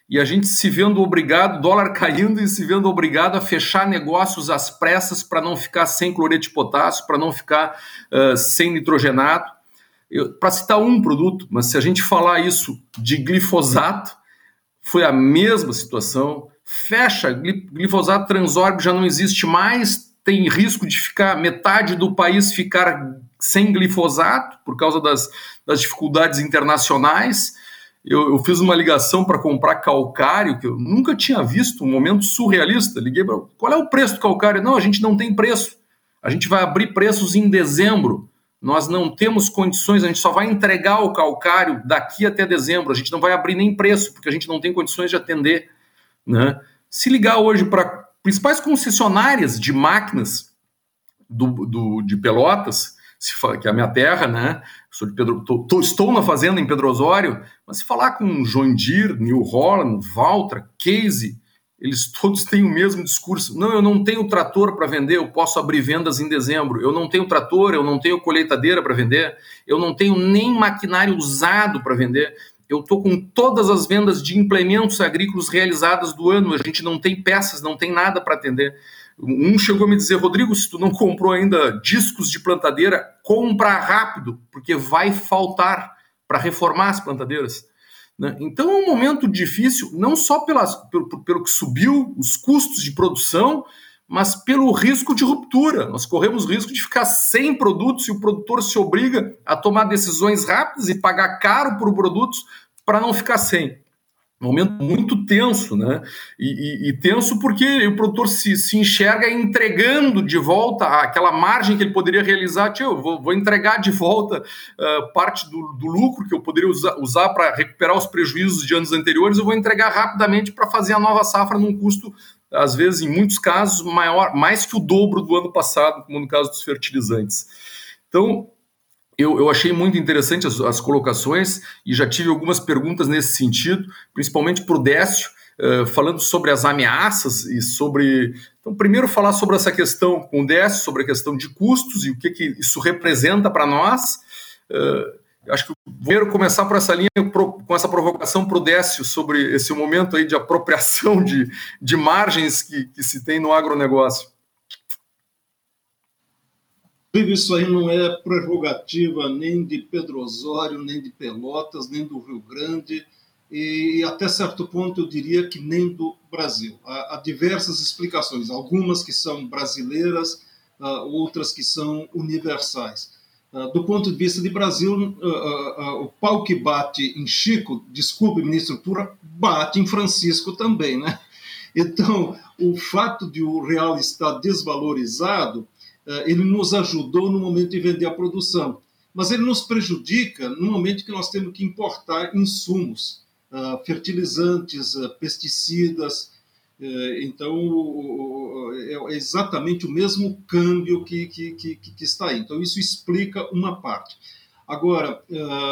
Speaker 5: e a gente se vendo obrigado, dólar caindo e se vendo obrigado a fechar negócios às pressas para não ficar sem cloreto de potássio, para não ficar uh, sem nitrogenato. Para citar um produto, mas se a gente falar isso de glifosato, foi a mesma situação. Fecha, glifosato Transorb já não existe mais, tem risco de ficar metade do país ficar sem glifosato por causa das, das dificuldades internacionais. Eu, eu fiz uma ligação para comprar calcário, que eu nunca tinha visto, um momento surrealista. Liguei para, qual é o preço do calcário? Não, a gente não tem preço. A gente vai abrir preços em dezembro. Nós não temos condições, a gente só vai entregar o calcário daqui até dezembro, a gente não vai abrir nem preço, porque a gente não tem condições de atender, né? Se ligar hoje para principais concessionárias de máquinas do, do, de Pelotas, se fala, que é a minha terra, né? Sou de Pedro, tô, tô, estou na fazenda em Pedro Osório, mas se falar com John Deere, New Holland, Valtra, Case, eles todos têm o mesmo discurso. Não, eu não tenho trator para vender, eu posso abrir vendas em dezembro. Eu não tenho trator, eu não tenho colheitadeira para vender, eu não tenho nem maquinário usado para vender. Eu estou com todas as vendas de implementos agrícolas realizadas do ano, a gente não tem peças, não tem nada para atender. Um chegou a me dizer, Rodrigo, se tu não comprou ainda discos de plantadeira, compra rápido, porque vai faltar para reformar as plantadeiras. Então é um momento difícil, não só pelas, pelo, pelo que subiu os custos de produção, mas pelo risco de ruptura. Nós corremos risco de ficar sem produtos e o produtor se obriga a tomar decisões rápidas e pagar caro por produtos para não ficar sem. Um momento muito tenso, né? E, e, e tenso porque o produtor se, se enxerga entregando de volta aquela margem que ele poderia realizar. Tio, eu vou, vou entregar de volta uh, parte do, do lucro que eu poderia usar, usar para recuperar os prejuízos de anos anteriores, eu vou entregar rapidamente para fazer a nova safra num custo, às vezes, em muitos casos, maior, mais que o dobro do ano passado, como no caso dos fertilizantes. Então, Eu, eu achei muito interessante as, as colocações e já tive algumas perguntas nesse sentido, principalmente para o Décio, uh, falando sobre as ameaças e sobre... Então, primeiro falar sobre essa questão com o Décio, sobre a questão de custos e o que, que isso representa para nós. Uh, acho que vou começar por essa linha, pro, com essa provocação para o Décio sobre esse momento aí de apropriação de, de margens que, que se tem no agronegócio.
Speaker 3: Isso aí não é prerrogativa nem de Pedro Osório, nem de Pelotas, nem do Rio Grande, e até certo ponto eu diria que nem do Brasil. Há, há diversas explicações, algumas que são brasileiras, uh, outras que são universais. Uh, do ponto de vista de Brasil, uh, uh, uh, o pau que bate em Chico, desculpe, ministro Tura, bate em Francisco também, né? Então, o fato de o real estar desvalorizado, ele nos ajudou no momento de vender a produção, mas ele nos prejudica no momento que nós temos que importar insumos, fertilizantes, pesticidas. Então, é exatamente o mesmo câmbio que, que, que, que está aí. Então, isso explica uma parte. Agora,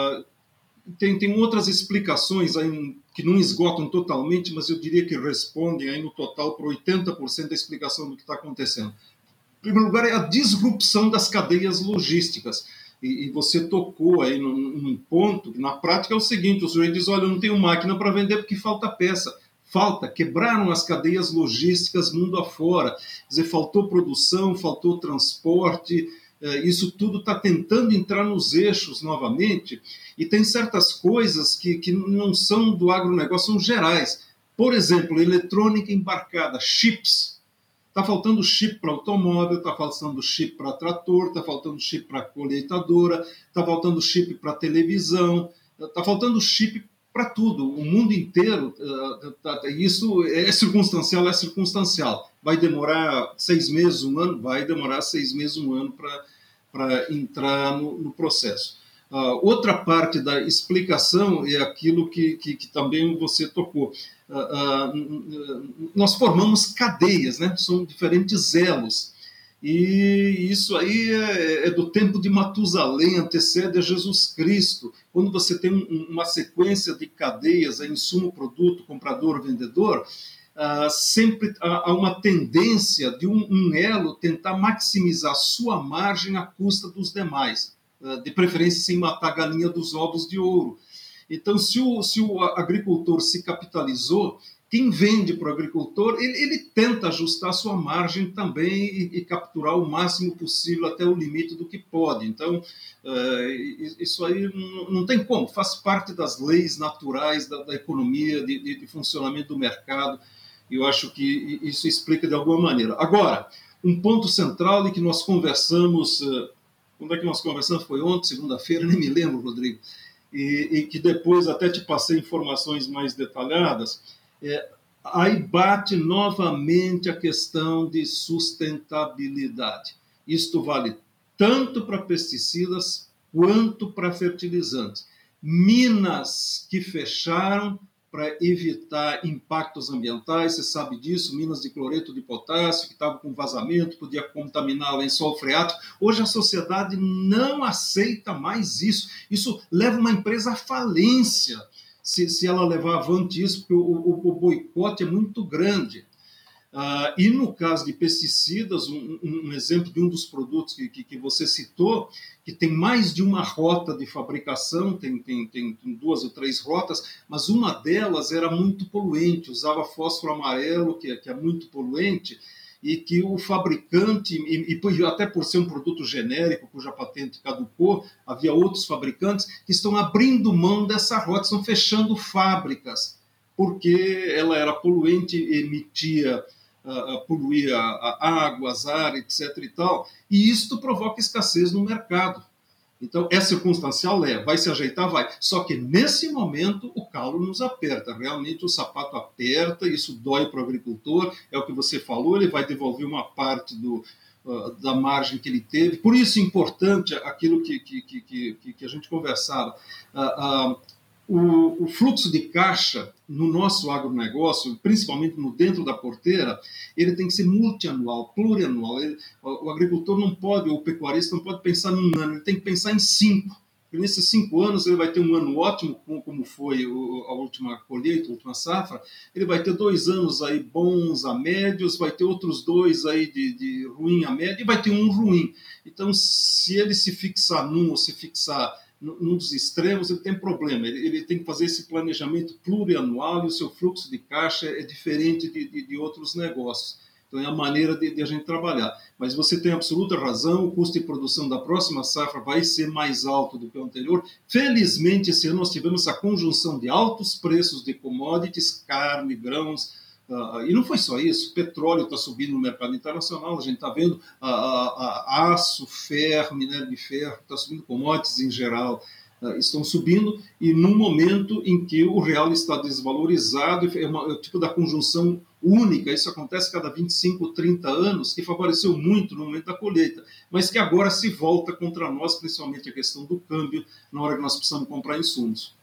Speaker 3: tem, tem outras explicações aí que não esgotam totalmente, mas eu diria que respondem aí no total para oitenta por cento da explicação do que está acontecendo. Em primeiro lugar, é a disrupção das cadeias logísticas. E, e você tocou aí num, num ponto que, na prática, é o seguinte: o sujeito diz, olha, eu não tenho máquina para vender porque falta peça. Falta, quebraram as cadeias logísticas mundo afora. Quer dizer, faltou produção, faltou transporte, eh, isso tudo está tentando entrar nos eixos novamente, e tem certas coisas que, que não são do agronegócio, são gerais. Por exemplo, eletrônica embarcada, chips. Está faltando chip para automóvel, está faltando chip para trator, está faltando chip para colheitadora, está faltando chip para televisão, está faltando chip para tudo. O mundo inteiro, uh, tá, isso é circunstancial, é circunstancial. Vai demorar seis meses, um ano? Vai demorar seis meses, um ano para entrar no, no processo. Uh, outra parte da explicação é aquilo que, que, que também você tocou. Uh, uh, nós formamos cadeias, né? São diferentes elos, e isso aí é, é do tempo de Matusalém, antecede a Jesus Cristo. Quando você tem um, uma sequência de cadeias, é insumo, produto, comprador, vendedor, uh, sempre há uma tendência de um, um elo tentar maximizar sua margem à custa dos demais, uh, de preferência sem matar a galinha dos ovos de ouro. Então, se o, se o agricultor se capitalizou, quem vende para o agricultor, ele, ele tenta ajustar a sua margem também e, e capturar o máximo possível até o limite do que pode. Então, uh, isso aí não, não tem como, faz parte das leis naturais da, da economia, de, de, de funcionamento do mercado, e eu acho que isso explica de alguma maneira. Agora, um ponto central de que nós conversamos, uh, quando é que nós conversamos? Foi ontem, segunda-feira, nem me lembro, Rodrigo, e, e que depois até te passei informações mais detalhadas. É, aí bate novamente a questão de sustentabilidade. Isto vale tanto para pesticidas quanto para fertilizantes. Minas que fecharam para evitar impactos ambientais, você sabe disso, minas de cloreto de potássio, que estavam com vazamento, podia contaminar lençol freático. Hoje a sociedade não aceita mais isso. Isso leva uma empresa à falência, Se, se ela levar avante isso, porque o, o, o boicote é muito grande. Ah, e no caso de pesticidas, um, um exemplo de um dos produtos que, que, que você citou, que tem mais de uma rota de fabricação, tem, tem, tem duas ou três rotas, mas uma delas era muito poluente, usava fósforo amarelo, que é, que é muito poluente, e que o fabricante, e, e até por ser um produto genérico, cuja patente caducou, havia outros fabricantes que estão abrindo mão dessa rota, estão fechando fábricas, porque ela era poluente, emitia, uh, poluía a água, as áreas, etc. e tal, e isto provoca escassez no mercado. Então, é circunstancial? É. Vai se ajeitar? Vai. Só que, nesse momento, o calo nos aperta. Realmente, o sapato aperta, isso dói para o agricultor. É o que você falou, ele vai devolver uma parte do, uh, da margem que ele teve. Por isso, é importante aquilo que, que, que, que, que a gente conversava. Uh, uh, o, o fluxo de caixa no nosso agronegócio, principalmente no dentro da porteira, ele tem que ser multianual, plurianual. Ele, o, o agricultor não pode, o pecuarista não pode pensar num ano, ele tem que pensar em cinco. E nesses cinco anos ele vai ter um ano ótimo, como foi a última colheita, a última safra, ele vai ter dois anos aí bons a médios, vai ter outros dois aí de, de ruim a médio, e vai ter um ruim. Então, se ele se fixar num ou se fixar num dos extremos, ele tem problema, ele, ele tem que fazer esse planejamento plurianual e o seu fluxo de caixa é diferente de, de, de outros negócios. Então é a maneira de, de a gente trabalhar. Mas você tem absoluta razão, o custo de produção da próxima safra vai ser mais alto do que o anterior. Felizmente, esse ano nós tivemos a conjunção de altos preços de commodities, carne, grãos, Uh, e não foi só isso, petróleo está subindo no mercado internacional, a gente está vendo uh, uh, uh, aço, ferro, minério de ferro, está subindo, commodities em geral uh, estão subindo, e num momento em que o real está desvalorizado, é, uma, é o tipo da conjunção única, isso acontece a cada vinte e cinco, trinta anos, que favoreceu muito no momento da colheita, mas que agora se volta contra nós, principalmente a questão do câmbio, na hora que nós precisamos comprar insumos.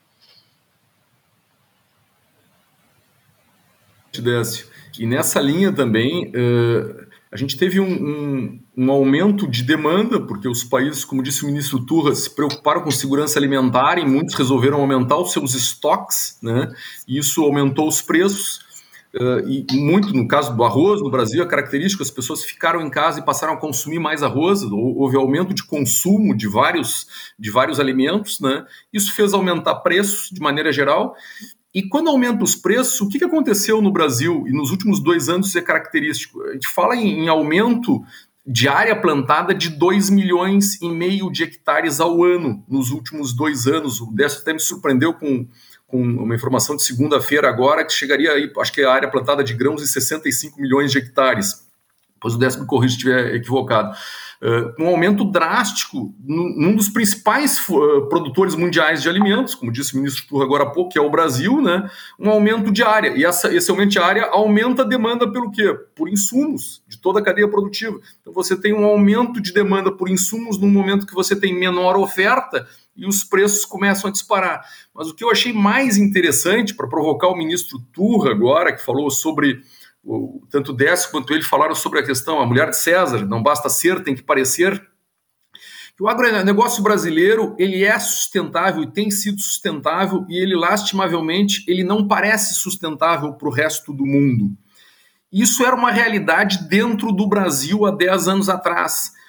Speaker 5: Décio. E nessa linha também, uh, a gente teve um, um, um aumento de demanda, porque os países, como disse o ministro Turra, se preocuparam com segurança alimentar e muitos resolveram aumentar os seus estoques, né? E isso aumentou os preços. Uh, e muito, no caso do arroz, no Brasil, a característica, as pessoas ficaram em casa e passaram a consumir mais arroz, houve aumento de consumo de vários, de vários alimentos, né? Isso fez aumentar preços de maneira geral. E quando aumenta os preços, o que aconteceu no Brasil? E nos últimos dois anos isso é característico. A gente fala em, em aumento de área plantada de dois milhões e meio de hectares ao ano nos últimos dois anos. O Décio até me surpreendeu com, com uma informação de segunda-feira agora, que chegaria aí, acho que a área plantada de grãos, em sessenta e cinco milhões de hectares. Depois o Décio me corrige se estiver equivocado. Uh, um aumento drástico num, num dos principais uh, produtores mundiais de alimentos, como disse o ministro Turra agora há pouco, que é o Brasil, né? Um aumento de área. E essa, esse aumento de área aumenta a demanda pelo quê? Por insumos, de toda a cadeia produtiva. Então você tem um aumento de demanda por insumos num momento que você tem menor oferta e os preços começam a disparar. Mas o que eu achei mais interessante, para provocar o ministro Turra agora, que falou sobre... O, tanto o Décio quanto ele falaram sobre a questão, a mulher de César, não basta ser, tem que parecer. O agronegócio brasileiro, ele é sustentável e tem sido sustentável, e ele, lastimavelmente, ele não parece sustentável para o resto do mundo. Isso era uma realidade dentro do Brasil há dez anos atrás.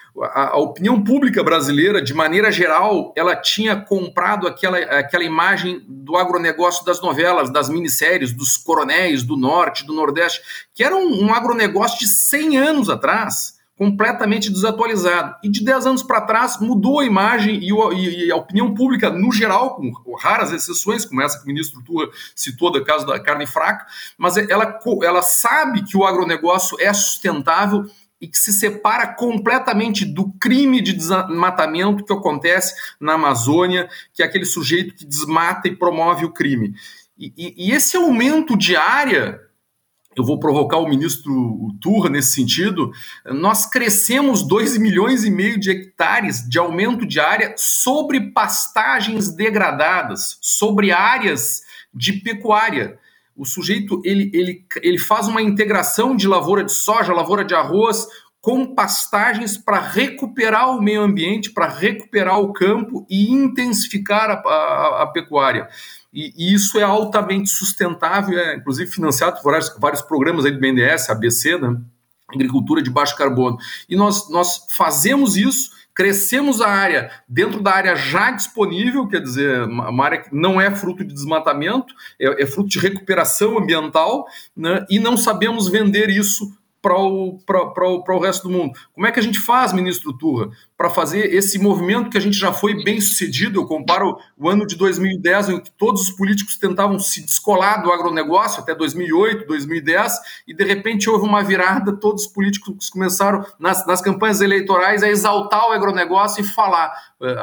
Speaker 5: a, a opinião pública brasileira, de maneira geral, ela tinha comprado aquela, aquela imagem do agronegócio das novelas, das minisséries, dos coronéis do Norte, do Nordeste, que era um, um agronegócio de cem anos atrás, completamente desatualizado. E de dez anos para trás mudou a imagem e, o, e a opinião pública, no geral, com raras exceções, como essa que o ministro Turra citou, do caso da carne fraca, mas ela, ela sabe que o agronegócio é sustentável e que se separa completamente do crime de desmatamento que acontece na Amazônia, que é aquele sujeito que desmata e promove o crime. E, e, e esse aumento de área, eu vou provocar o ministro Turra nesse sentido, nós crescemos dois milhões e meio de hectares de aumento de área sobre pastagens degradadas, sobre áreas de pecuária. O sujeito ele, ele, ele faz uma integração de lavoura de soja, lavoura de arroz, com pastagens para recuperar o meio ambiente, para recuperar o campo e intensificar a, a, a pecuária. E, e isso é altamente sustentável, é inclusive financiado por vários, vários programas aí do B N D E S, A B C, né? Agricultura de baixo carbono. E nós, nós fazemos isso, crescemos a área dentro da área já disponível, quer dizer, uma área que não é fruto de desmatamento, é, é fruto de recuperação ambiental, né? E não sabemos vender isso para o, para, para, o, para o resto do mundo. Como é que a gente faz, ministro Turra, para fazer esse movimento que a gente já foi bem sucedido? Eu comparo o ano de dois mil e dez, em que todos os políticos tentavam se descolar do agronegócio, até dois mil e oito, dois mil e dez, e de repente houve uma virada, todos os políticos começaram, nas, nas campanhas eleitorais, a exaltar o agronegócio e falar.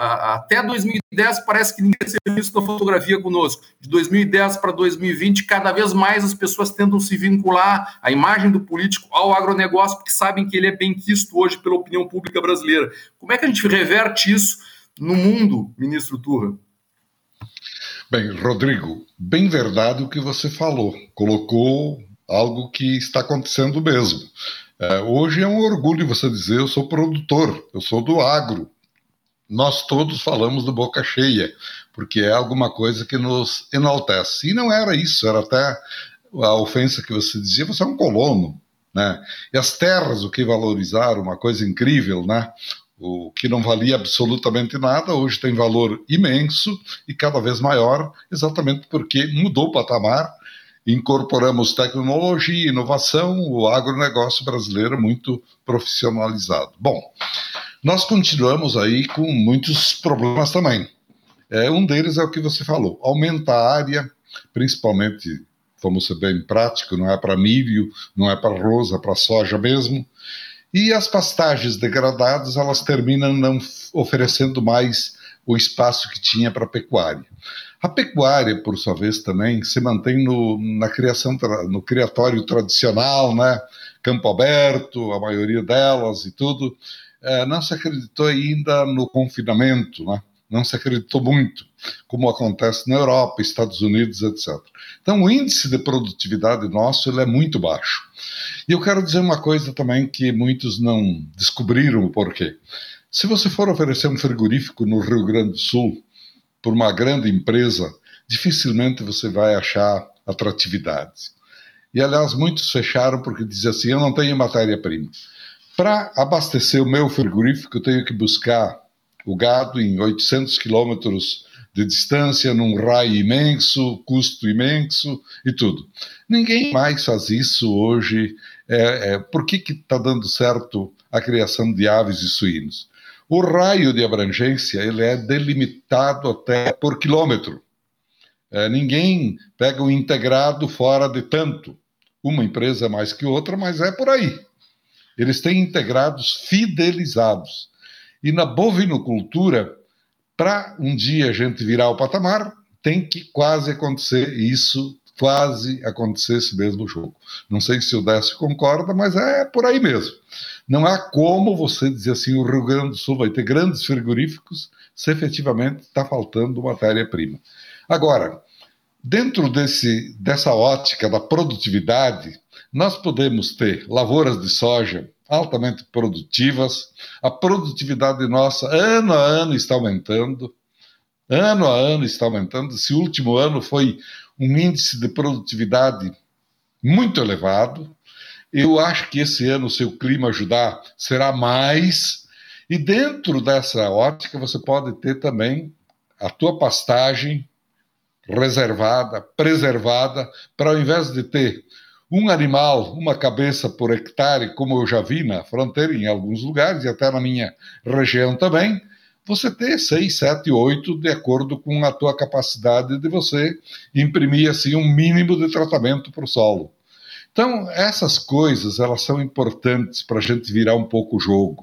Speaker 5: Até dois mil e dez parece que ninguém recebeu isso na fotografia conosco. De dois mil e dez para dois mil e vinte, cada vez mais as pessoas tentam se vincular à imagem do político, ao agronegócio, porque sabem que ele é bem quisto hoje pela opinião pública brasileira. Como é que a gente reverte isso no mundo, ministro Turra?
Speaker 4: Bem, Rodrigo, bem verdade o que você falou. Colocou algo que está acontecendo mesmo. É, hoje é um orgulho você dizer, eu sou produtor, eu sou do agro. Nós todos falamos de boca cheia, porque é alguma coisa que nos enaltece. E não era isso, era até a ofensa que você dizia, você é um colono, né? E as terras, o que valorizaram, uma coisa incrível, né? O que não valia absolutamente nada, hoje tem valor imenso e cada vez maior, exatamente porque mudou o patamar, incorporamos tecnologia, inovação, o agronegócio brasileiro é muito profissionalizado. Bom, nós continuamos aí com muitos problemas também. É, um deles é o que você falou, aumenta a área, principalmente, vamos ser bem prático, não é para milho, não é para arroz, é para soja mesmo. E as pastagens degradadas, elas terminam não oferecendo mais o espaço que tinha para a pecuária. A pecuária, por sua vez, também se mantém no, na criação, no criatório tradicional, né? Campo aberto, a maioria delas e tudo. É, não se acreditou ainda no confinamento, né? Não se acreditou muito, como acontece na Europa, Estados Unidos, etcétera. Então, o índice de produtividade nosso ele é muito baixo. E eu quero dizer uma coisa também que muitos não descobriram o porquê. Se você for oferecer um frigorífico no Rio Grande do Sul por uma grande empresa, dificilmente você vai achar atratividade. E, aliás, muitos fecharam porque diziam assim, eu não tenho matéria-prima. Para abastecer o meu frigorífico, eu tenho que buscar o gado em oitocentos quilômetros de distância, num raio imenso, custo imenso e tudo. Ninguém mais faz isso hoje. É, é, por que está dando certo a criação de aves e suínos? O raio de abrangência ele é delimitado até por quilômetro. É, ninguém pega um integrado fora de tanto. Uma empresa é mais que outra, mas é por aí. Eles têm integrados fidelizados. E na bovinocultura, para um dia a gente virar o patamar, tem que quase acontecer isso, quase acontecer esse mesmo jogo. Não sei se o Décio concorda, mas é por aí mesmo. Não há como você dizer assim, o Rio Grande do Sul vai ter grandes frigoríficos se efetivamente está faltando matéria-prima. Agora, dentro desse, dessa ótica da produtividade, nós podemos ter lavouras de soja altamente produtivas, a produtividade nossa ano a ano está aumentando, ano a ano está aumentando, esse último ano foi um índice de produtividade muito elevado, eu acho que esse ano, se o clima ajudar, será mais, E dentro dessa ótica você pode ter também a tua pastagem reservada, preservada, para ao invés de ter um animal, uma cabeça por hectare, como eu já vi na fronteira em alguns lugares, e até na minha região também, você ter seis, sete, oito, de acordo com a tua capacidade de você imprimir assim um mínimo de tratamento para o solo. Então, essas coisas, elas são importantes para a gente virar um pouco o jogo.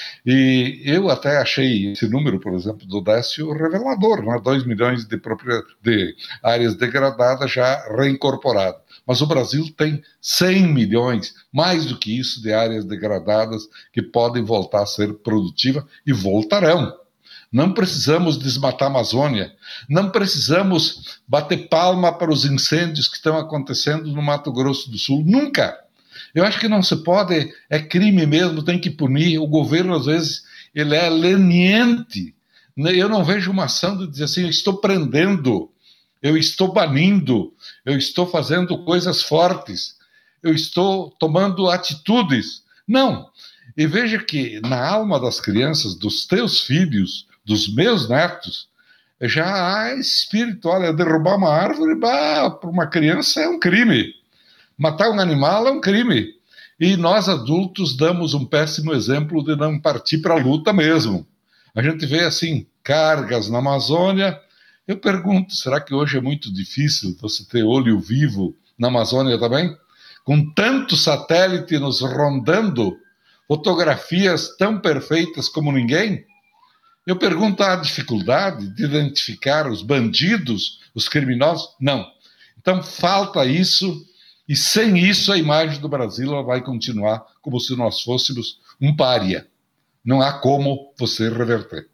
Speaker 4: E eu até achei esse número, por exemplo, do Décio revelador, né? dois milhões de, de áreas degradadas já reincorporadas. Mas o Brasil tem cem milhões, mais do que isso, de áreas degradadas que podem voltar a ser produtivas e voltarão. Não precisamos desmatar a Amazônia, não precisamos bater palma para os incêndios que estão acontecendo no Mato Grosso do Sul, nunca. Eu acho que não se pode, é crime mesmo, tem que punir. O governo, às vezes, ele é leniente. Eu não vejo uma ação de dizer assim, eu estou prendendo, eu estou banindo, eu estou fazendo coisas fortes, eu estou tomando atitudes. Não. E veja que na alma das crianças, dos teus filhos, dos meus netos, já há espírito. Olha, derrubar uma árvore para uma criança é um crime. Matar um animal é um crime. E nós, adultos, damos um péssimo exemplo de não partir para a luta mesmo. A gente vê, assim, cargas na Amazônia. Eu pergunto, será que hoje é muito difícil você ter olho vivo na Amazônia também? Com tanto satélite nos rondando, fotografias tão perfeitas como ninguém? Eu pergunto, há dificuldade de identificar os bandidos, os criminosos? Não. Então, falta isso. E sem isso, a imagem do Brasil ela vai continuar como se nós fôssemos um pária. Não há como você reverter.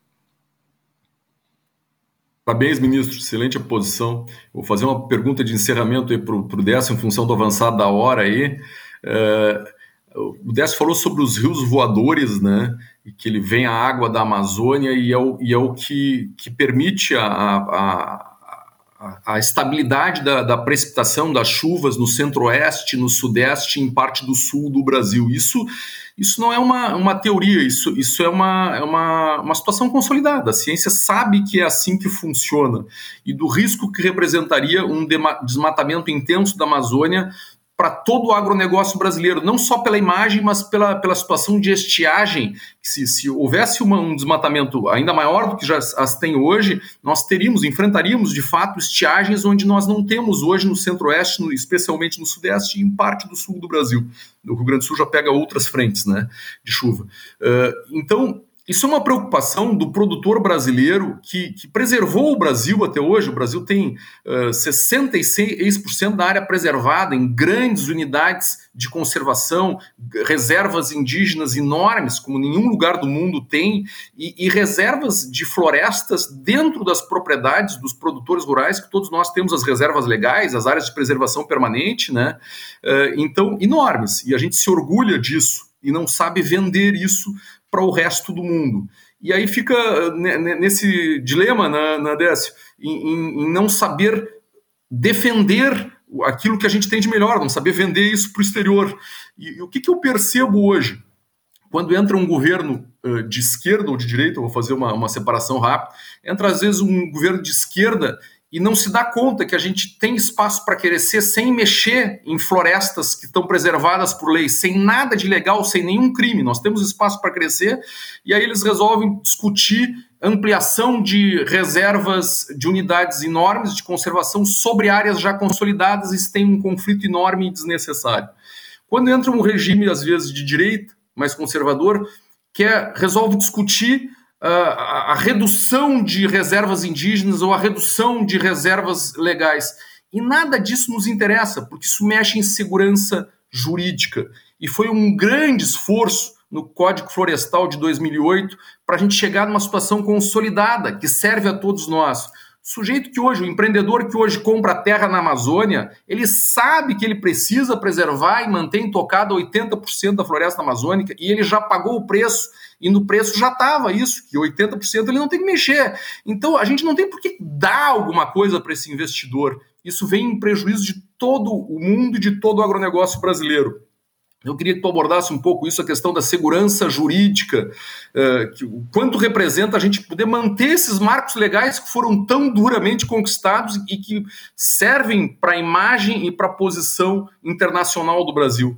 Speaker 5: Parabéns, ministro. Excelente a posição. Vou fazer uma pergunta de encerramento para o Décio, em função do avançado da hora aí. Uh, o Décio falou sobre os rios voadores, né? E que ele vem a água da Amazônia e é o, e é o que, que permite a... a a estabilidade da, da precipitação das chuvas no centro-oeste, no sudeste e em parte do sul do Brasil. Isso, isso não é uma, uma teoria, isso, isso é, uma, é uma, uma situação consolidada. A ciência sabe que é assim que funciona e do risco que representaria um desmatamento intenso da Amazônia para todo o agronegócio brasileiro, não só pela imagem, mas pela, pela situação de estiagem. Se, se houvesse uma, um desmatamento ainda maior do que já as tem hoje, nós teríamos, enfrentaríamos de fato estiagens onde nós não temos hoje no centro-oeste, no, especialmente no sudeste e em parte do sul do Brasil. O Rio Grande do Sul já pega outras frentes, né, de chuva. Uh, então, isso é uma preocupação do produtor brasileiro que, que preservou o Brasil até hoje. O Brasil tem uh, sessenta e seis por cento da área preservada em grandes unidades de conservação, reservas indígenas enormes, como nenhum lugar do mundo tem, e, e reservas de florestas dentro das propriedades dos produtores rurais, que todos nós temos as reservas legais, as áreas de preservação permanente, né? Uh, então, enormes. E a gente se orgulha disso e não sabe vender isso para o resto do mundo. E aí fica nesse dilema, né, né, Décio, em, em não saber defender aquilo que a gente tem de melhor, não saber vender isso para o exterior. E, e o que, que eu percebo hoje? Quando entra um governo uh, de esquerda ou de direita, eu vou fazer uma, uma separação rápida, entra às vezes um governo de esquerda e não se dá conta que a gente tem espaço para crescer sem mexer em florestas que estão preservadas por lei, sem nada de ilegal, sem nenhum crime. Nós temos espaço para crescer e aí eles resolvem discutir ampliação de reservas de unidades enormes de conservação sobre áreas já consolidadas e se tem um conflito enorme e desnecessário. Quando entra um regime, às vezes, de direita, mais conservador, que é, resolve discutir a, a redução de reservas indígenas ou a redução de reservas legais. E nada disso nos interessa, porque isso mexe em segurança jurídica. E foi um grande esforço no Código Florestal de dois mil e oito para a gente chegar numa situação consolidada, que serve a todos nós. O sujeito que hoje, o empreendedor que hoje compra terra na Amazônia, ele sabe que ele precisa preservar e manter intocada oitenta por cento da floresta amazônica e ele já pagou o preço e no preço já estava isso, que oitenta por cento ele não tem que mexer. Então a gente não tem por que dar alguma coisa para esse investidor. Isso vem em prejuízo de todo o mundo e de todo o agronegócio brasileiro. Eu queria que tu abordasse um pouco isso, a questão da segurança jurídica, uh, que, o quanto representa a gente poder manter esses marcos legais que foram tão duramente conquistados e que servem para a imagem e para a posição internacional do Brasil.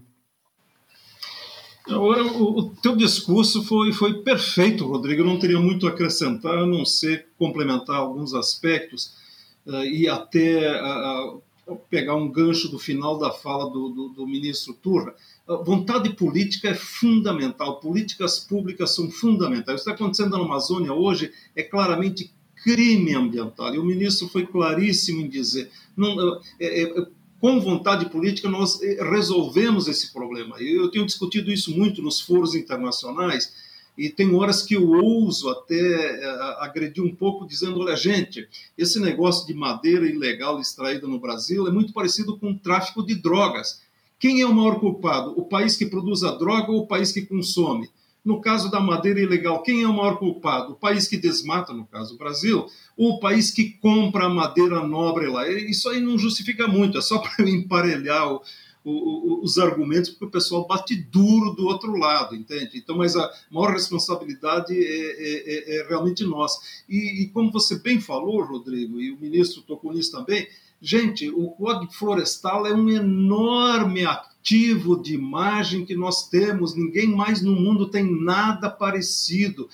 Speaker 3: Agora, o, o teu discurso foi, foi perfeito, Rodrigo. Eu não teria muito a acrescentar, a não ser complementar alguns aspectos uh, e até uh, pegar um gancho do final da fala do, do, do ministro Turra. A vontade política é fundamental, políticas públicas são fundamentais. O que está acontecendo na Amazônia hoje é claramente crime ambiental, e o ministro foi claríssimo em dizer, não, é, é, com vontade política nós resolvemos esse problema. Eu tenho discutido isso muito nos foros internacionais, e tem horas que eu ouso até agredir um pouco, dizendo, olha gente, esse negócio de madeira ilegal extraída no Brasil é muito parecido com o tráfico de drogas. Quem é o maior culpado? O país que produz a droga ou o país que consome? No caso da madeira ilegal, quem é o maior culpado? O país que desmata, no caso do Brasil, ou o país que compra a madeira nobre lá? Isso aí não justifica muito, é só para emparelhar o, o, os argumentos, porque o pessoal bate duro do outro lado, entende? Então, mas a maior responsabilidade é, é, é realmente nossa. E, e como você bem falou, Rodrigo, e o ministro tocou nisso também, gente, o Código Florestal é um enorme ativo de imagem que nós temos, ninguém mais no mundo tem nada parecido.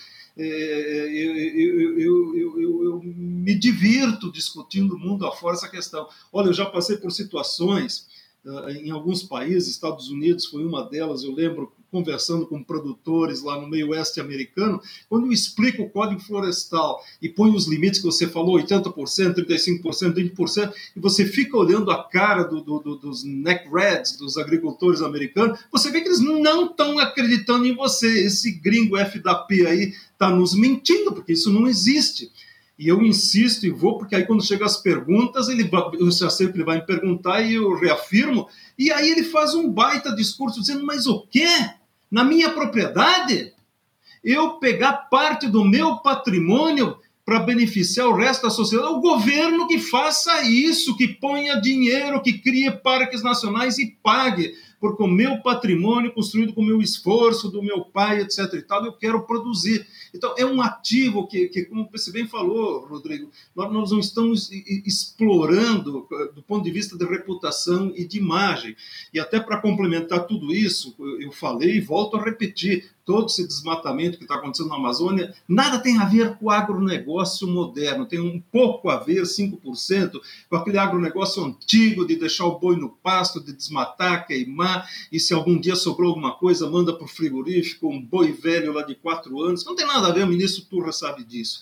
Speaker 3: É, eu, eu, eu, eu, eu me divirto discutindo o mundo afora essa questão. Olha, eu já passei por situações uh, em alguns países, Estados Unidos foi uma delas, eu lembro, conversando com produtores lá no meio oeste americano, quando eu explico o Código Florestal e ponho os limites que você falou, oitenta por cento, trinta e cinco por cento, vinte por cento, e você fica olhando a cara do, do, do, dos neckreds, dos agricultores americanos, você vê que eles não estão acreditando em você. Esse gringo F da P aí está nos mentindo, porque isso não existe. E eu insisto e vou, porque aí quando chegam as perguntas, ele, eu já sei o que ele vai me perguntar e eu reafirmo, e aí ele faz um baita discurso dizendo, mas o quê? Na minha propriedade? Eu pegar parte do meu patrimônio para beneficiar o resto da sociedade? O governo que faça isso, que ponha dinheiro, que crie parques nacionais e pague, porque o meu patrimônio construído com o meu esforço, do meu pai, etc e tal, eu quero produzir. Então, é um ativo que, que como você bem falou, Rodrigo, nós, nós não estamos explorando do ponto de vista de reputação e de imagem. E até para complementar tudo isso, eu falei e volto a repetir, todo esse desmatamento que está acontecendo na Amazônia, nada tem a ver com o agronegócio moderno, tem um pouco a ver, cinco por cento, com aquele agronegócio antigo de deixar o boi no pasto, de desmatar, queimar, e se algum dia sobrou alguma coisa, manda para o frigorífico, um boi velho lá de quatro anos, não tem nada a ver, o ministro Turra sabe disso.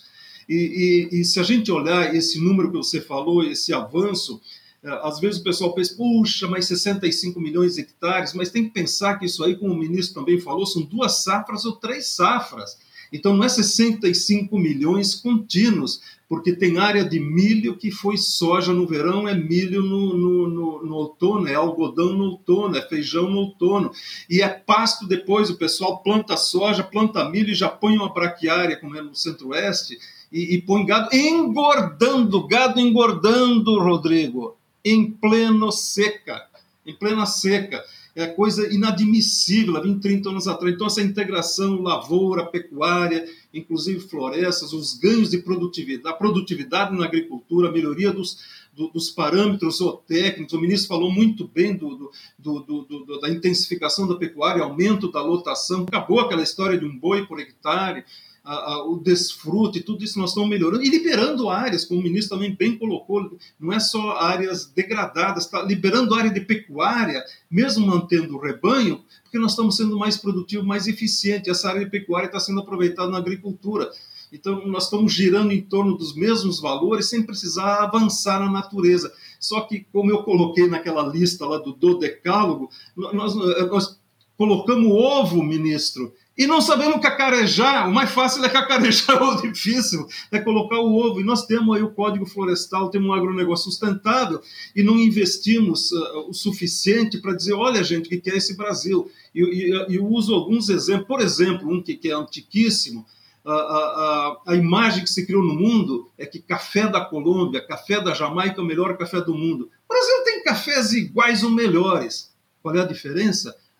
Speaker 3: E, e, e se a gente olhar esse número que você falou, esse avanço, às vezes o pessoal pensa, puxa, mas sessenta e cinco milhões de hectares, mas tem que pensar que isso aí, como o ministro também falou, são duas safras ou três safras. Então não é sessenta e cinco milhões contínuos, porque tem área de milho que foi soja no verão, é milho no, no, no, no outono, é algodão no outono, é feijão no outono, e é pasto depois, o pessoal planta soja, planta milho e já põe uma braquiária, como é no centro-oeste, e, e põe gado engordando, gado engordando, Rodrigo, em pleno seca, em plena seca. É coisa inadmissível, há vinte, trinta anos atrás. Então, essa integração lavoura, pecuária, inclusive florestas, os ganhos de produtividade, a produtividade na agricultura, a melhoria dos, do, dos parâmetros zootécnicos. O ministro falou muito bem do, do, do, do, da intensificação da pecuária, aumento da lotação. Acabou aquela história de um boi por hectare. A, a, o desfrute, tudo isso nós estamos melhorando e liberando áreas, como o ministro também bem colocou, não é só áreas degradadas, está liberando área de pecuária, mesmo mantendo o rebanho, porque nós estamos sendo mais produtivos, mais eficientes, essa área de pecuária está sendo aproveitada na agricultura. Então, nós estamos girando em torno dos mesmos valores sem precisar avançar na natureza. Só que, como eu coloquei naquela lista lá do dodecálogo, nós, nós colocamos o ovo, ministro, e não sabemos cacarejar. O mais fácil é cacarejar, o difícil é colocar o ovo. E nós temos aí o Código Florestal, temos um agronegócio sustentável e não investimos uh, o suficiente para dizer, olha, gente, o que é esse Brasil? E eu, eu, eu uso alguns exemplos. Por exemplo, um que, que é antiquíssimo, a, a, a imagem que se criou no mundo é que café da Colômbia, café da Jamaica é o melhor café do mundo. O Brasil tem cafés iguais ou melhores. Qual é a diferença?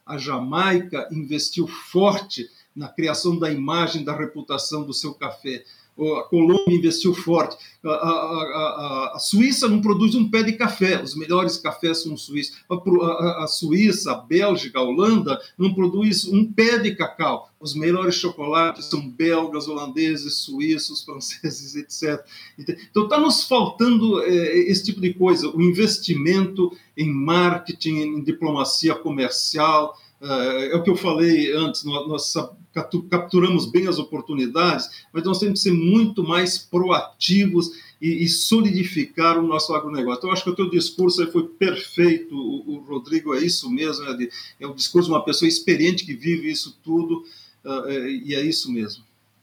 Speaker 3: A Jamaica investiu forte na criação da imagem, da reputação do seu café. A Colômbia investiu forte. A, a, a, a Suíça não produz um pé de café, os melhores cafés são suíços. A, a, a Suíça, a Bélgica, a Holanda não produz um pé de cacau. Os melhores chocolates são belgas, holandeses, suíços, franceses, etcétera. Então está nos faltando é, esse tipo de coisa, o investimento em marketing, em diplomacia comercial. É o que eu falei antes, nós capturamos bem as oportunidades, mas nós temos que ser muito mais proativos e, e solidificar o nosso agronegócio. Então, acho que o teu discurso aí foi perfeito, o, o Rodrigo, é isso mesmo, é, de, é o discurso de uma pessoa experiente que vive isso tudo, uh, é, e é isso mesmo.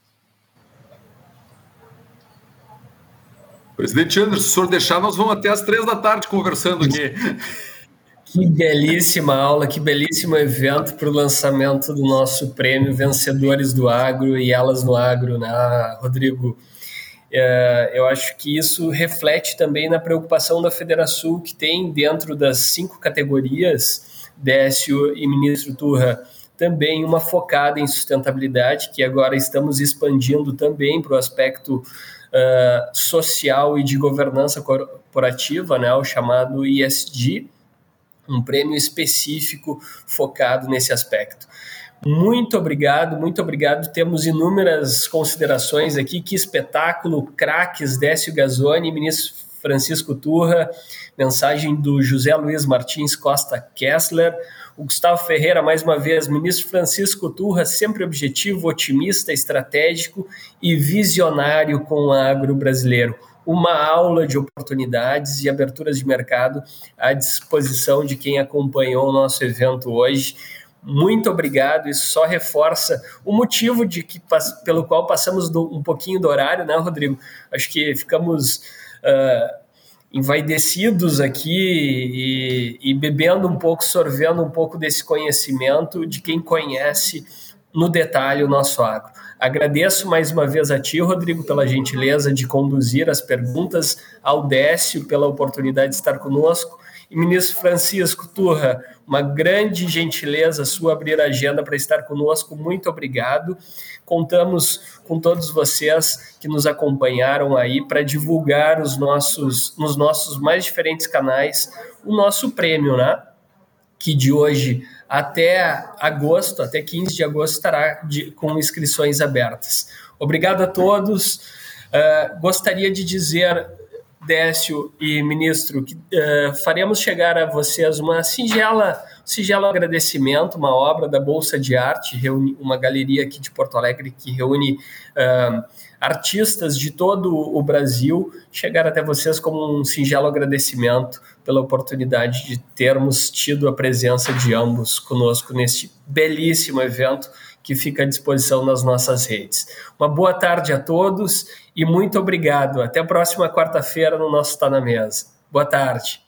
Speaker 5: Presidente Anderson, se o senhor deixar, nós vamos até às três da tarde conversando aqui.
Speaker 1: Que belíssima aula, que belíssimo evento para o lançamento do nosso prêmio Vencedores do Agro e Elas no Agro, né, Rodrigo? É, eu acho que isso reflete também na preocupação da Federação, que tem dentro das cinco categorias, Décio e Ministro Turra, também uma focada em sustentabilidade, que agora estamos expandindo também para o aspecto uh, social e de governança corporativa, né, o chamado E S G, um prêmio específico focado nesse aspecto. Muito obrigado, muito obrigado. Temos inúmeras considerações aqui. Que espetáculo, craques, Décio Gazzoni, ministro Francisco Turra, mensagem do José Luiz Martins Costa Kessler, o Gustavo Ferreira, mais uma vez, ministro Francisco Turra, sempre objetivo, otimista, estratégico e visionário com o agro brasileiro. Uma aula de oportunidades e aberturas de mercado à disposição de quem acompanhou o nosso evento hoje. Muito obrigado, isso só reforça o motivo de que, pelo qual passamos do, um pouquinho do horário, né, Rodrigo? Acho que ficamos uh, envaidecidos aqui e, e bebendo um pouco, sorvendo um pouco desse conhecimento de quem conhece no detalhe o nosso agro. Agradeço mais uma vez a ti, Rodrigo, pela gentileza de conduzir as perguntas, ao Décio pela oportunidade de estar conosco, e ministro Francisco Turra, uma grande gentileza sua abrir a agenda para estar conosco, muito obrigado. Contamos com todos vocês que nos acompanharam aí para divulgar os nossos, nos nossos mais diferentes canais o nosso prêmio, né? Que de hoje até agosto, até quinze de agosto, estará de, com inscrições abertas. Obrigado a todos. Uh, gostaria de dizer, Décio e ministro, que uh, faremos chegar a vocês uma singela, singelo agradecimento, uma obra da Bolsa de Arte, reúne, uma galeria aqui de Porto Alegre que reúne uh, artistas de todo o Brasil, chegar até vocês como um singelo agradecimento pela oportunidade de termos tido a presença de ambos conosco neste belíssimo evento que fica à disposição nas nossas redes. Uma boa tarde a todos e muito obrigado. Até a próxima quarta-feira no nosso Tá na Mesa. Boa tarde.